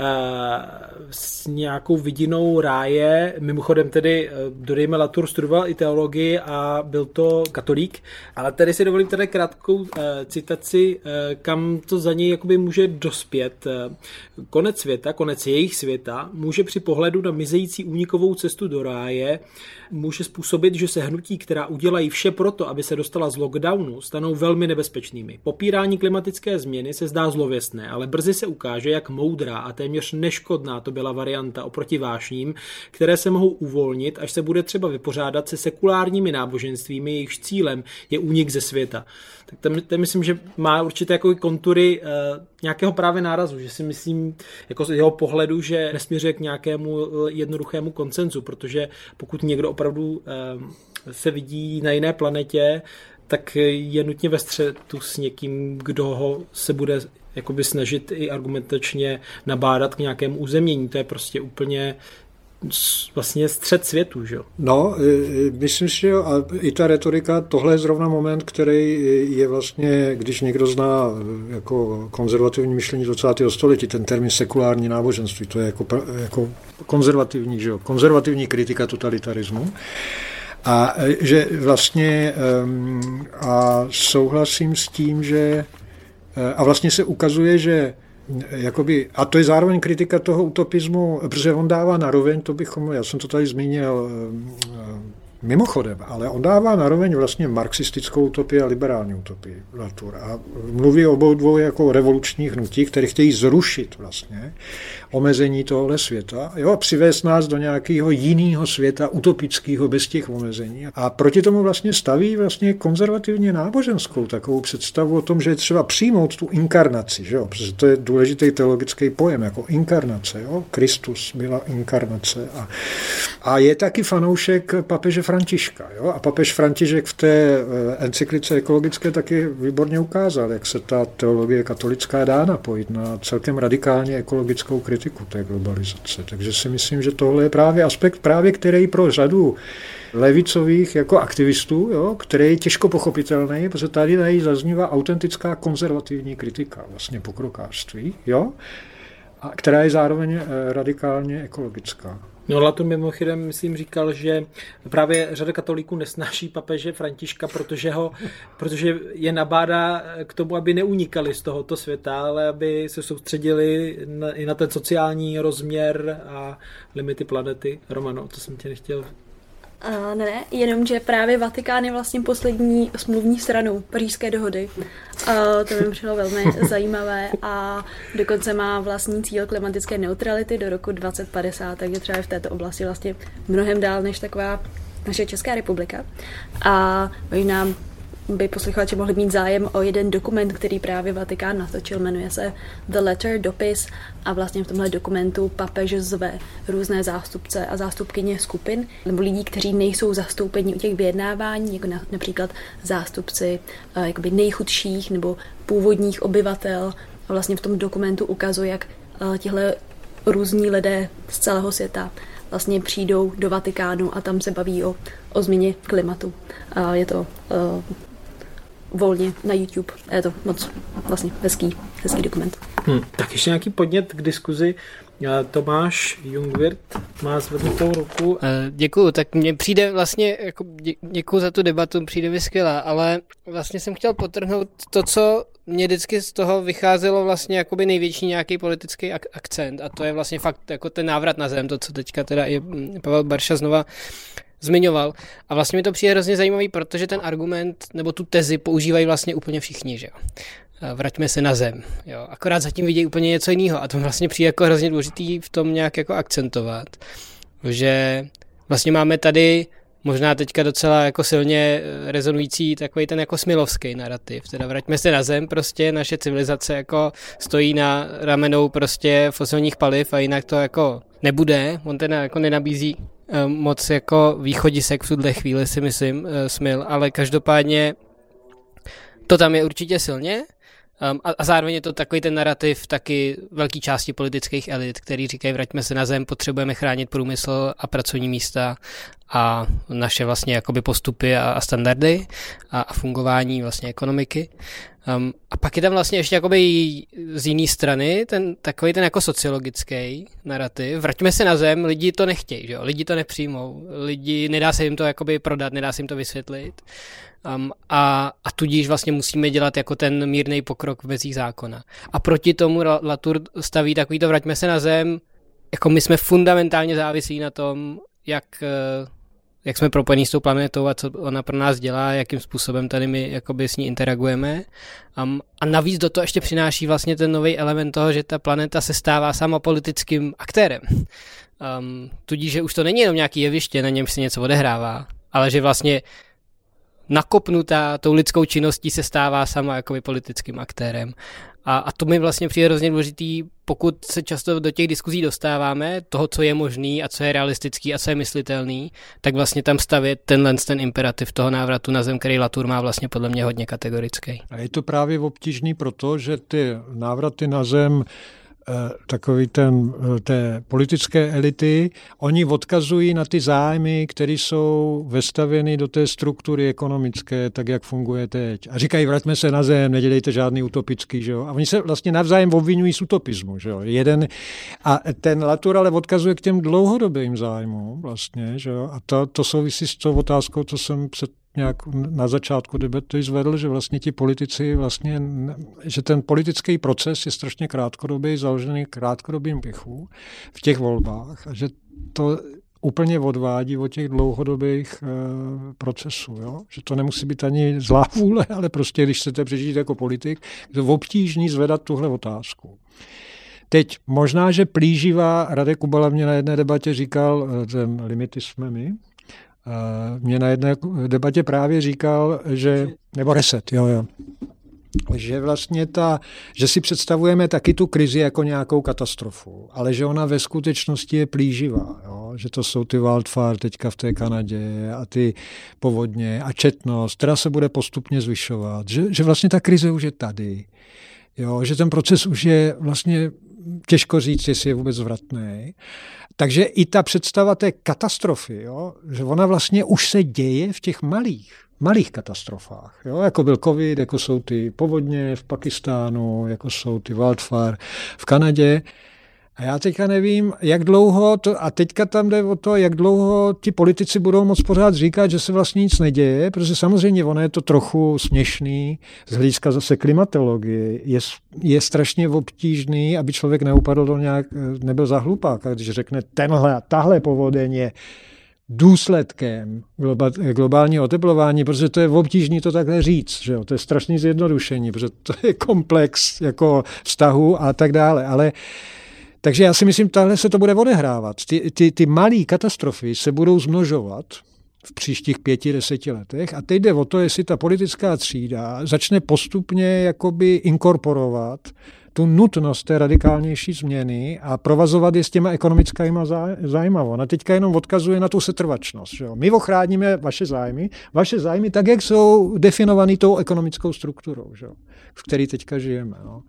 s nějakou vidinou ráje. Mimochodem tedy, dodejme, Latour studoval i teologii a byl to katolík, ale tady si dovolím tady krátkou citaci, kam to za něj jakoby může dospět. Konec světa, konec jejich světa může při pohledu na mizející únikovou cestu do ráje může způsobit, že se hnutí, která udělají vše proto, aby se dostala z lockdownu, stanou velmi nebezpečnými. Popírání klimatické změny se zdá zlověstné, ale brzy se ukáže, jak moudrá a téměř neškodná to byla varianta oproti vášním, které se mohou uvolnit, až se bude třeba vypořádat se sekulárními náboženstvími, jejichž cílem je únik ze světa. Tak to myslím, že má určité jako kontury nějakého právě nárazu, že si myslím jako z jeho pohledu, že nesměřuje k nějakému jednoduchému konsenzu, protože pokud někdo opravdu se vidí na jiné planetě, tak je nutně ve střetu s někým, kdo ho se bude jakoby snažit i argumentačně nabádat k nějakému uzemnění. To je prostě úplně vlastně střed světu, že jo? No, myslím si, že jo, a i ta retorika, tohle je zrovna moment, který je vlastně, když někdo zná jako konzervativní myšlení 20. století, ten termín sekulární náboženství, to je jako konzervativní, že jo, konzervativní kritika totalitarismu. A že vlastně a souhlasím s tím, že a vlastně se ukazuje, že jakoby, a to je zároveň kritika toho utopismu, protože on dává naroveň, já jsem to tady zmínil mimochodem, ale on dává naroveň vlastně marxistickou utopii a liberální utopii Latour. A mluví o obou dvou jako revolučních hnutí, které chtějí zrušit vlastně omezení tohohle světa, jo, a přivést nás do nějakého jiného světa, utopického, bez těch omezení. A proti tomu vlastně staví vlastně konzervativně náboženskou takovou představu o tom, že je třeba přijmout tu inkarnaci, že jo, protože to je důležitý teologický pojem, jako inkarnace, jo, Kristus byla inkarnace. A je taky fanoušek papeže Františka. Jo? A papež František v té encyklice ekologické taky výborně ukázal, jak se ta teologie katolická dá napojit na celkem radikálně ekologickou kritiku té globalizace. Takže si myslím, že tohle je právě aspekt, který pro řadu levicových jako aktivistů, jo, který je těžko pochopitelný, protože tady zaznívá autentická konzervativní kritika vlastně pokrokářství, jo, a která je zároveň radikálně ekologická. No, Latour mimochodem, myslím, říkal, že právě řada katolíků nesnáší papeže Františka, protože je nabádá k tomu, aby neunikali z tohoto světa, ale aby se soustředili i na ten sociální rozměr a limity planety. Romano, to jsem tě nechtěl. Ne, jenomže právě Vatikán je vlastně poslední smluvní stranou Pařížské dohody. To mi přišlo velmi zajímavé a dokonce má vlastní cíl klimatické neutrality do roku 2050, takže třeba je v této oblasti vlastně mnohem dál než taková naše Česká republika. A možná by posluchači mohli mít zájem o jeden dokument, který právě Vatikán natočil, jmenuje se The Letter, dopis, a vlastně v tomhle dokumentu papež zve různé zástupce a zástupkyně skupin nebo lidí, kteří nejsou zastoupeni u těch vyjednávání, jako například zástupci jakoby nejchudších nebo původních obyvatel. A vlastně v tom dokumentu ukazuje, jak tihle různí lidé z celého světa vlastně přijdou do Vatikánu a tam se baví o změně klimatu. A je to volně na YouTube. Je to moc vlastně hezký dokument. Tak ještě nějaký podnět k diskuzi. Tomáš Jungwirth má zvednutou ruku. Děkuju, tak mně přijde vlastně, jako děkuju za tu debatu, přijde mi skvělá, ale vlastně jsem chtěl podtrhnout to, co mě vždycky z toho vycházelo vlastně jakoby největší nějaký politický akcent, a to je vlastně fakt jako ten návrat na zem, to, co teďka teda i Pavel Barša znova zmiňoval. A vlastně mi to přijde hrozně zajímavý, protože ten argument nebo tu tezi používají vlastně úplně všichni, že jo. Vraťme se na zem, jo. Akorát zatím vidějí úplně něco jiného a to vlastně přijde jako hrozně důležitý v tom nějak jako akcentovat, že vlastně máme tady možná teďka docela jako silně rezonující takový ten jako smilovský narrativ, teda vraťme se na zem, prostě naše civilizace jako stojí na ramenou prostě fosilních paliv a jinak to jako nebude, on ten jako nenabízí moc jako východisek v tuhle chvíli, si myslím, smil, ale každopádně to tam je určitě silně a zároveň je to takový ten narrativ taky velký části politických elit, který říkají, vraťme se na zem, potřebujeme chránit průmysl a pracovní místa a naše vlastně jakoby postupy a standardy a fungování vlastně ekonomiky. A pak je tam vlastně ještě jakoby z jiné strany takový ten jako sociologický narrativ. Vraťme se na zem, lidi to nechtějí, že jo? Lidi to nepřijmou, nedá se jim to jakoby prodat, nedá se jim to vysvětlit. A tudíž vlastně musíme dělat jako ten mírnej pokrok v mezích zákona. A proti tomu Latour staví takovýto vraťme se na zem, jako my jsme fundamentálně závislí na tom, jak jsme propojení s tou planetou a co ona pro nás dělá, jakým způsobem tady my jakoby s ní interagujeme. A navíc do toho ještě přináší vlastně ten nový element toho, že ta planeta se stává sama politickým aktérem. Tudíž, že už to není jenom nějaký jeviště, na němž se něco odehrává, ale že vlastně nakopnutá tou lidskou činností se stává sama jakoby politickým aktérem. A to mi vlastně přijde hrozně důležitý, pokud se často do těch diskuzí dostáváme, toho, co je možný a co je realistický a co je myslitelný, tak vlastně tam stavět ten imperativ toho návratu na zem, který Latour má vlastně podle mě hodně kategorický. A je to právě obtížný proto, že ty návraty na zem takový té politické elity, oni odkazují na ty zájmy, které jsou vestavěny do té struktury ekonomické, tak jak funguje teď. A říkají, vraťme se na zem, nedělejte žádný utopický, že jo. A oni se vlastně navzájem obvinují z utopismu, že jo. A ten Latour ale odkazuje k těm dlouhodobým zájmům vlastně, že jo. A to souvisí s tou otázkou, co jsem nějak na začátku debaty zvedl, že vlastně ti politici vlastně, že ten politický proces je strašně krátkodobý, založený krátkodobým pěchu v těch volbách a že to úplně odvádí od těch dlouhodobých procesů. Jo? Že to nemusí být ani zlá vůle, ale prostě, když chcete přežít jako politik, je to obtížný zvedat tuhle otázku. Teď možná, že plíživá Radek Kubala mě na jedné debatě říkal, ten limity jsme my, mě na jedné debatě právě říkal, že, nebo reset, jo. že vlastně že si představujeme taky tu krizi jako nějakou katastrofu, ale že ona ve skutečnosti je plíživá, jo? Že to jsou ty wildfire teďka v té Kanadě a ty povodně a četnost, která se bude postupně zvyšovat, že vlastně ta krize už je tady, jo? Že ten proces už je vlastně těžko říct, jestli je vůbec zvratný. Takže i ta představa té katastrofy, jo? Že ona vlastně už se děje v těch malých katastrofách, jo? Jako byl covid, jako jsou ty povodně v Pakistánu, jako jsou ty wildfire v Kanadě. A já teďka nevím, jak dlouho a teďka tam jde o to, jak dlouho ti politici budou moc pořád říkat, že se vlastně nic neděje, protože samozřejmě ono je to trochu směšný, z hlediska zase klimatologie, je strašně obtížný, aby člověk neupadl nebyl za hlupáka, když řekne tahle povodeň je důsledkem globálního oteplování, protože to je obtížné to takhle říct, že jo? To je strašný zjednodušení, protože to je komplex jako vztahu a tak dále, takže já si myslím, tahle se to bude odehrávat. Ty malé katastrofy se budou zmnožovat v příštích 5-10 letech a teď jde o to, jestli ta politická třída začne postupně jakoby inkorporovat tu nutnost té radikálnější změny a provazovat je s těma ekonomickými zájmy. Ona teďka jenom odkazuje na tu setrvačnost. Že jo? My ochráníme vaše zájmy tak, jak jsou definovaný tou ekonomickou strukturou, že jo? V které teďka žijeme. No.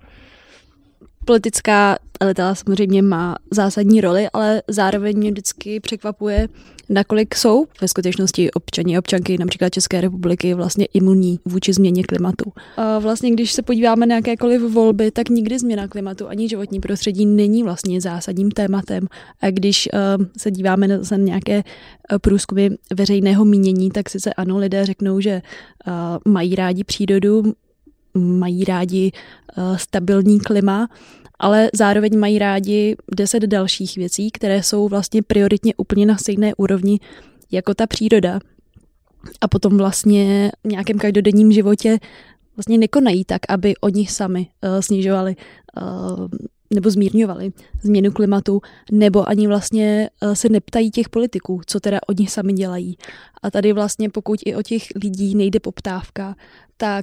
Politická elita samozřejmě má zásadní roli, ale zároveň mě vždycky překvapuje, nakolik jsou ve skutečnosti občani a občanky například České republiky vlastně imunní vůči změně klimatu. A vlastně když se podíváme na jakékoliv volby, tak nikdy změna klimatu ani životní prostředí není vlastně zásadním tématem. A když se díváme na nějaké průzkumy veřejného mínění, tak sice ano, lidé řeknou, že mají rádi přírodu, mají rádi stabilní klima, ale zároveň mají rádi 10 dalších věcí, které jsou vlastně prioritně úplně na stejné úrovni jako ta příroda. A potom vlastně v nějakém každodenním životě vlastně nekonají tak, aby oni sami snižovali nebo zmírňovali změnu klimatu, nebo ani vlastně se neptají těch politiků, co teda oni sami dělají. A tady vlastně pokud i o těch lidí nejde poptávka, tak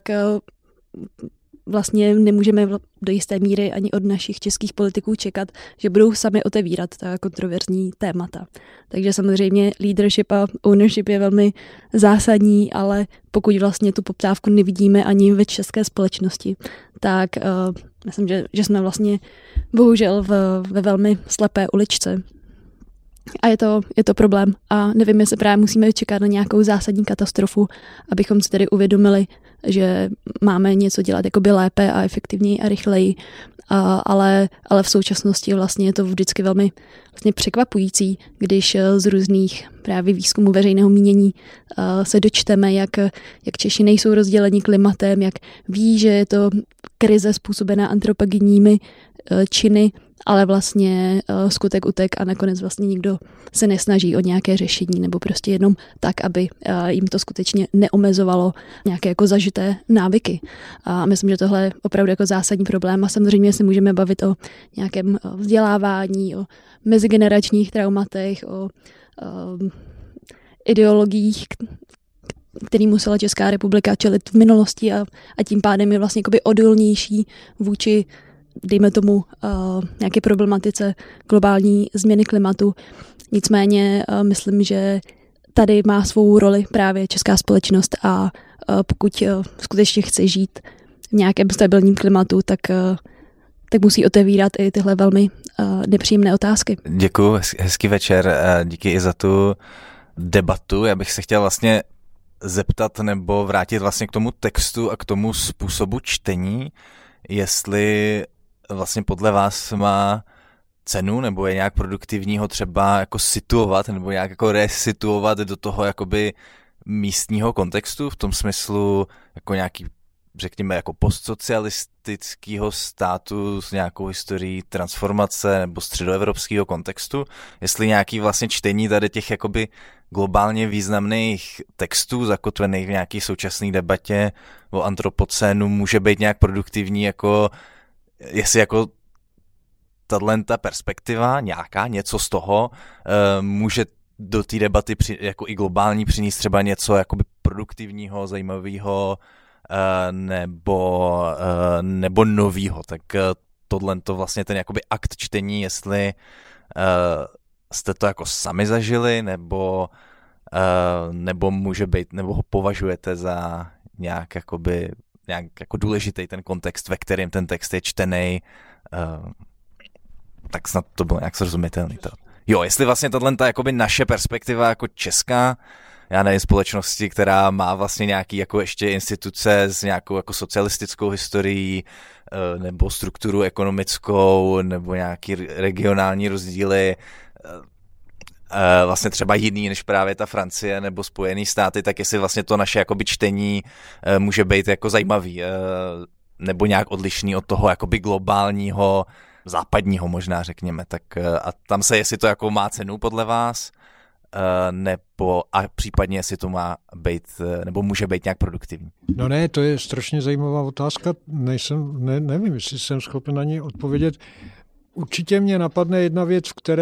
vlastně nemůžeme do jisté míry ani od našich českých politiků čekat, že budou sami otevírat ta kontroverzní témata. Takže samozřejmě leadership a ownership je velmi zásadní, ale pokud vlastně tu poptávku nevidíme ani ve české společnosti, tak myslím, že jsme vlastně bohužel ve velmi slepé uličce. A je to problém. A nevím, jestli právě musíme čekat na nějakou zásadní katastrofu, abychom si tedy uvědomili, že máme něco dělat jakoby lépe a efektivněji a rychleji. Ale v současnosti vlastně je to vždycky velmi vlastně překvapující, když z různých právě výzkumů veřejného mínění se dočteme, jak Češi nejsou rozděleni klimatem, jak ví, že je to krize způsobená antropogenními činy, ale vlastně skutek utek a nakonec vlastně nikdo se nesnaží o nějaké řešení nebo prostě jenom tak, aby jim to skutečně neomezovalo nějaké jako zažité návyky. A myslím, že tohle je opravdu jako zásadní problém a samozřejmě se můžeme bavit o nějakém vzdělávání, o mezigeneračních traumatech, o ideologiích, který musela Česká republika čelit v minulosti a tím pádem je vlastně jakoby odolnější vůči dejme tomu nějaké problematice globální změny klimatu. Nicméně myslím, že tady má svou roli právě česká společnost a pokud skutečně chce žít v nějakém stabilním klimatu, tak musí otevírat i tyhle velmi nepříjemné otázky. Děkuji, hezký večer, díky i za tu debatu. Já bych se chtěl vlastně zeptat nebo vrátit vlastně k tomu textu a k tomu způsobu čtení, jestli vlastně podle vás má cenu, nebo je nějak produktivní ho třeba jako situovat, nebo nějak jako resituovat do toho jakoby místního kontextu, v tom smyslu jako nějaký, řekněme, jako postsocialistického státu s nějakou historií transformace nebo středoevropského kontextu, jestli nějaký vlastně čtení tady těch jakoby globálně významných textů zakotvených v nějaké současné debatě o antropocénu může být nějak produktivní, jako jestli jako ta perspektiva nějaká, něco z toho může do té debaty jako i globální přinést třeba něco jakoby produktivního, zajímavého, nebo novýho. Tak tohle to vlastně ten jakoby akt čtení, jestli jste to jako sami zažili, nebo může být, nebo ho považujete za nějak jako důležitý ten kontext, ve kterém ten text je čtený, tak snad to bylo nějak srozumitelný. Jo, jestli vlastně tohle jakoby naše perspektiva jako česká, já nevím, společnosti, která má vlastně nějaký jako ještě instituce s nějakou jako socialistickou historií, nebo strukturu ekonomickou, nebo nějaký regionální rozdíly, vlastně třeba jiný než právě ta Francie nebo Spojený státy, tak jestli vlastně to naše jakoby čtení může být jako zajímavý, nebo nějak odlišný od toho jakoby globálního, západního možná řekněme, tak a tam se, jestli to jako má cenu podle vás, nebo a případně jestli to má být, nebo může být nějak produktivní. No ne, to je strašně zajímavá otázka, nevím, jestli jsem schopen na ní odpovědět. Určitě mě napadne jedna věc,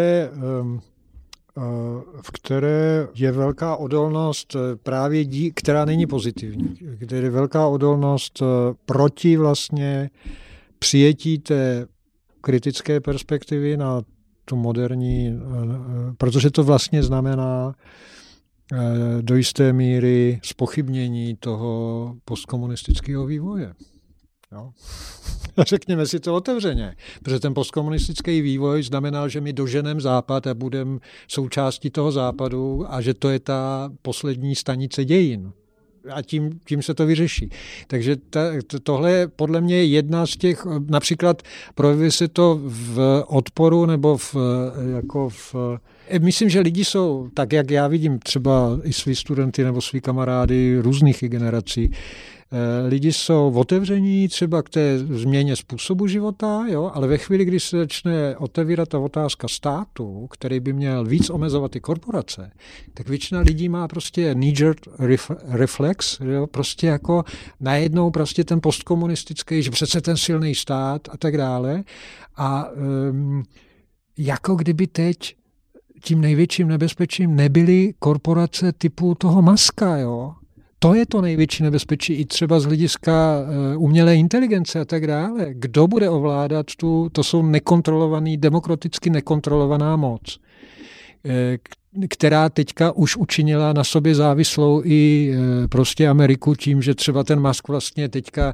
v které je velká odolnost právě která není pozitivní, kde je velká odolnost proti vlastně přijetí té kritické perspektivy na tu moderní, protože to vlastně znamená do jisté míry zpochybnění toho postkomunistického vývoje. Jo. Řekněme si to otevřeně, protože ten postkomunistický vývoj znamenal, že my doženeme Západ a budeme součástí toho Západu a že to je ta poslední stanice dějin. A tím se to vyřeší. Takže tohle je podle mě jedna z těch, například projevuje se to v odporu nebo myslím, že lidi jsou, tak jak já vidím třeba i svý studenty nebo svý kamarády různých generací, lidi jsou otevření třeba k té změně způsobu života, jo, ale ve chvíli, kdy se začne otevírat ta otázka státu, který by měl víc omezovat ty korporace, tak většina lidí má prostě knee-jerk reflex, jo, prostě jako najednou prostě ten postkomunistický, že přece ten silný stát a tak dále. A jako kdyby teď tím největším nebezpečím nebyly korporace typu toho Muska, jo. To je to největší nebezpečí i třeba z hlediska umělé inteligence a tak dále. Kdo bude ovládat to jsou demokraticky nekontrolovaná moc, která teďka už učinila na sobě závislou i prostě Ameriku tím, že třeba ten Musk vlastně teďka,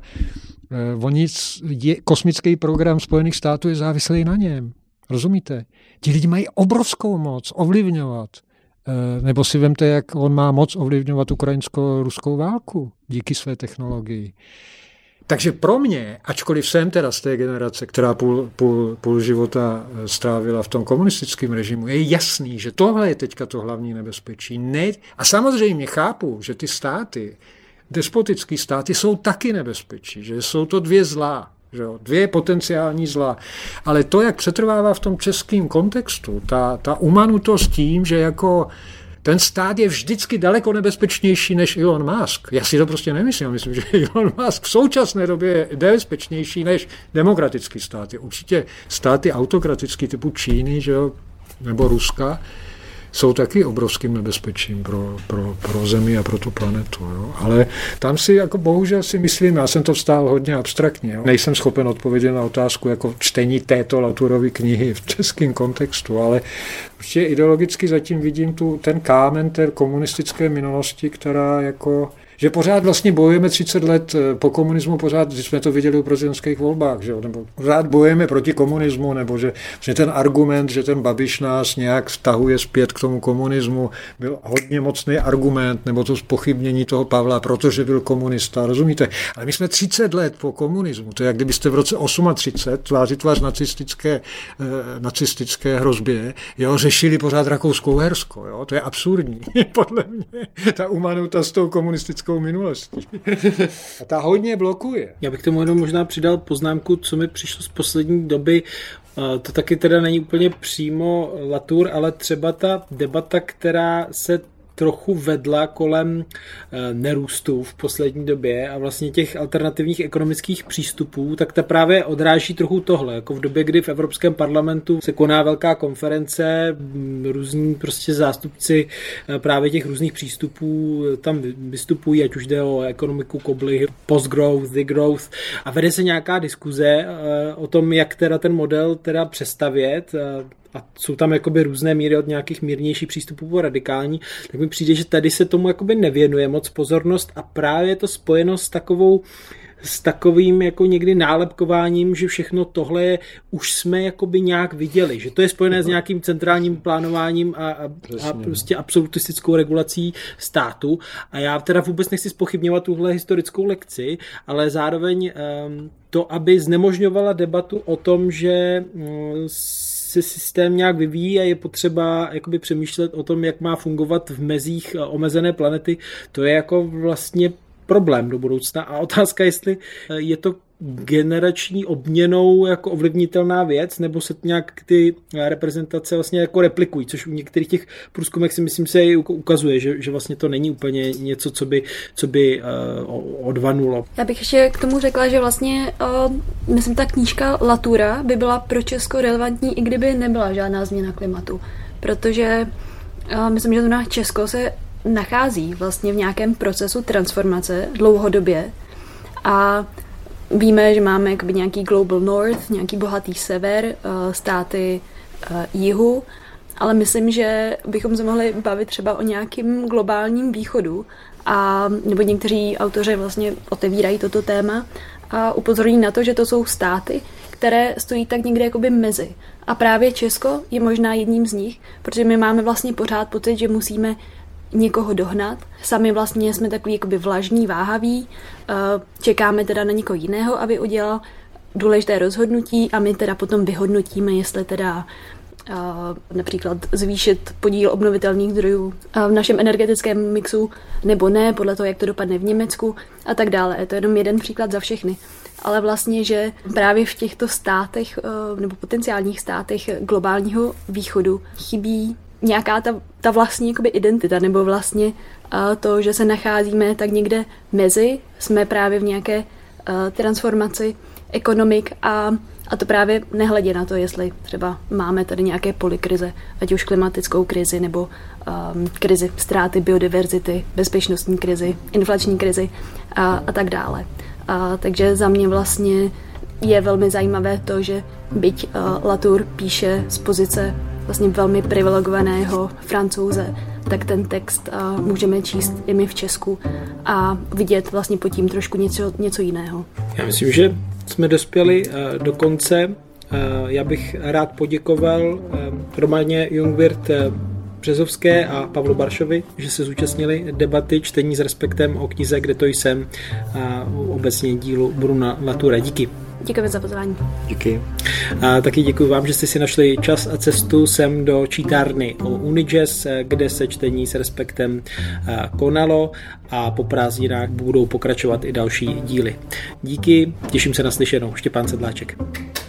kosmický program Spojených států je závislý na něm. Rozumíte? Ti lidi mají obrovskou moc ovlivňovat. Nebo si vemte, jak on má moc ovlivňovat ukrajinsko-ruskou válku díky své technologii. Takže pro mě, ačkoliv jsem teda z té generace, která půl života strávila v tom komunistickém režimu, je jasný, že tohle je teďka to hlavní nebezpečí. A samozřejmě chápu, že ty státy, despotické státy, jsou taky nebezpečí, že jsou to dvě zlá. Dvě potenciální zla. Ale to, jak přetrvává v tom českém kontextu, ta umanutost tím, že jako ten stát je vždycky daleko nebezpečnější než Elon Musk. Já si to prostě nemyslím. Myslím, že Elon Musk v současné době je nebezpečnější než demokratický státy. Určitě státy autokratický typu Číny, že jo, nebo Ruska, jsou taky obrovským nebezpečím pro Zemi a pro tu planetu. Jo. Ale tam si jako bohužel si myslím, já jsem to vstál hodně abstraktně. Jo. Nejsem schopen odpovědět na otázku jako čtení této Laturovy knihy v českém kontextu, ale určitě ideologicky zatím vidím ten kámen té komunistické minulosti, která jako že pořád vlastně bojujeme 30 let po komunismu, pořád jsme to viděli u prezidentských volbách, že? Nebo pořád bojujeme proti komunismu, nebo že ten argument, že ten Babiš nás nějak vtahuje zpět k tomu komunismu, byl hodně mocný argument, nebo to zpochybnění toho Pavla, protože byl komunista, rozumíte? Ale my jsme 30 let po komunismu, to je jak kdybyste v roce 38 tváří tvář nacistické hrozbě, jo, řešili pořád Rakousko-Uhersko, jo? To je absurdní, podle mě, ta umanuta s tou komunistickou minulostí. A ta hodně blokuje. Já bych tomu jenom možná přidal poznámku, co mi přišlo z poslední doby. To taky teda není úplně přímo Latour, ale třeba ta debata, která se trochu vedla kolem nerůstu v poslední době a vlastně těch alternativních ekonomických přístupů, tak ta právě odráží trochu tohle. Jako v době, kdy v Evropském parlamentu se koná velká konference, různí prostě zástupci právě těch různých přístupů tam vystupují, ať už jde o ekonomiku kobly, post-growth, the growth a vede se nějaká diskuze o tom, jak teda ten model teda přestavět a jsou tam jakoby různé míry od nějakých mírnějších přístupů po radikální, tak mi přijde, že tady se tomu jakoby nevěnuje moc pozornost a právě je to spojeno s takovým jako někdy nálepkováním, že všechno tohle už jsme jakoby nějak viděli, že to je spojené s nějakým centrálním plánováním a prostě absolutistickou regulací státu a já teda vůbec nechci zpochybňovat tuhle historickou lekci, ale zároveň to, aby znemožňovala debatu o tom, že se systém nějak vyvíjí a je potřeba jakoby přemýšlet o tom, jak má fungovat v mezích omezené planety, to je jako vlastně problém do budoucna a otázka, jestli je to generační obměnou jako ovlivnitelná věc, nebo se nějak ty reprezentace vlastně jako replikují, což u některých těch průzkumech si myslím se ukazuje, že vlastně to není úplně něco, co by odvanulo. Já bych ještě k tomu řekla, že vlastně myslím, ta knížka Latoura by byla pro Česko relevantní, i kdyby nebyla žádná změna klimatu, protože myslím, že to na Česko se nachází vlastně v nějakém procesu transformace dlouhodobě a víme, že máme jakoby nějaký global north, nějaký bohatý sever, státy jihu, ale myslím, že bychom se mohli bavit třeba o nějakým globálním východu a nebo někteří autoři vlastně otevírají toto téma a upozorní na to, že to jsou státy, které stojí tak někde jakoby mezi. A právě Česko je možná jedním z nich, protože my máme vlastně pořád pocit, že musíme někoho dohnat. Sami vlastně jsme takový jakoby vlažní, váhaví, čekáme teda na někoho jiného, aby udělal důležité rozhodnutí a my teda potom vyhodnotíme, jestli teda například zvýšit podíl obnovitelných zdrojů v našem energetickém mixu nebo ne, podle toho, jak to dopadne v Německu a tak dále. Je to jenom jeden příklad za všechny. Ale vlastně, že právě v těchto státech nebo potenciálních státech globálního východu chybí nějaká ta vlastní jakoby identita, nebo vlastně to, že se nacházíme tak někde mezi, jsme právě v nějaké transformaci ekonomik a to právě nehledě na to, jestli třeba máme tady nějaké polykrize, ať už klimatickou krizi, nebo krizi ztráty biodiverzity, bezpečnostní krizi, inflační krizi a tak dále. Takže za mě vlastně je velmi zajímavé to, že byť Latour píše z pozice vlastně velmi privilegovaného Francouze, tak ten text můžeme číst i my v Česku a vidět vlastně pod tím trošku něco jiného. Já myslím, že jsme dospěli do konce. Já bych rád poděkoval Romaně Jungwirth Březovské a Pavlu Baršovi, že se zúčastnili debaty Čtení s respektem o knize Kde to jsem a obecně dílu Bruna Latoura. Díky. Děkujeme za pozvání. Díky. A taky děkuji vám, že jste si našli čas a cestu sem do čítárny Unijazz, kde se Čtení s respektem konalo a po prázdninách budou pokračovat i další díly. Díky, těším se na slyšenou. Štěpán Sedláček.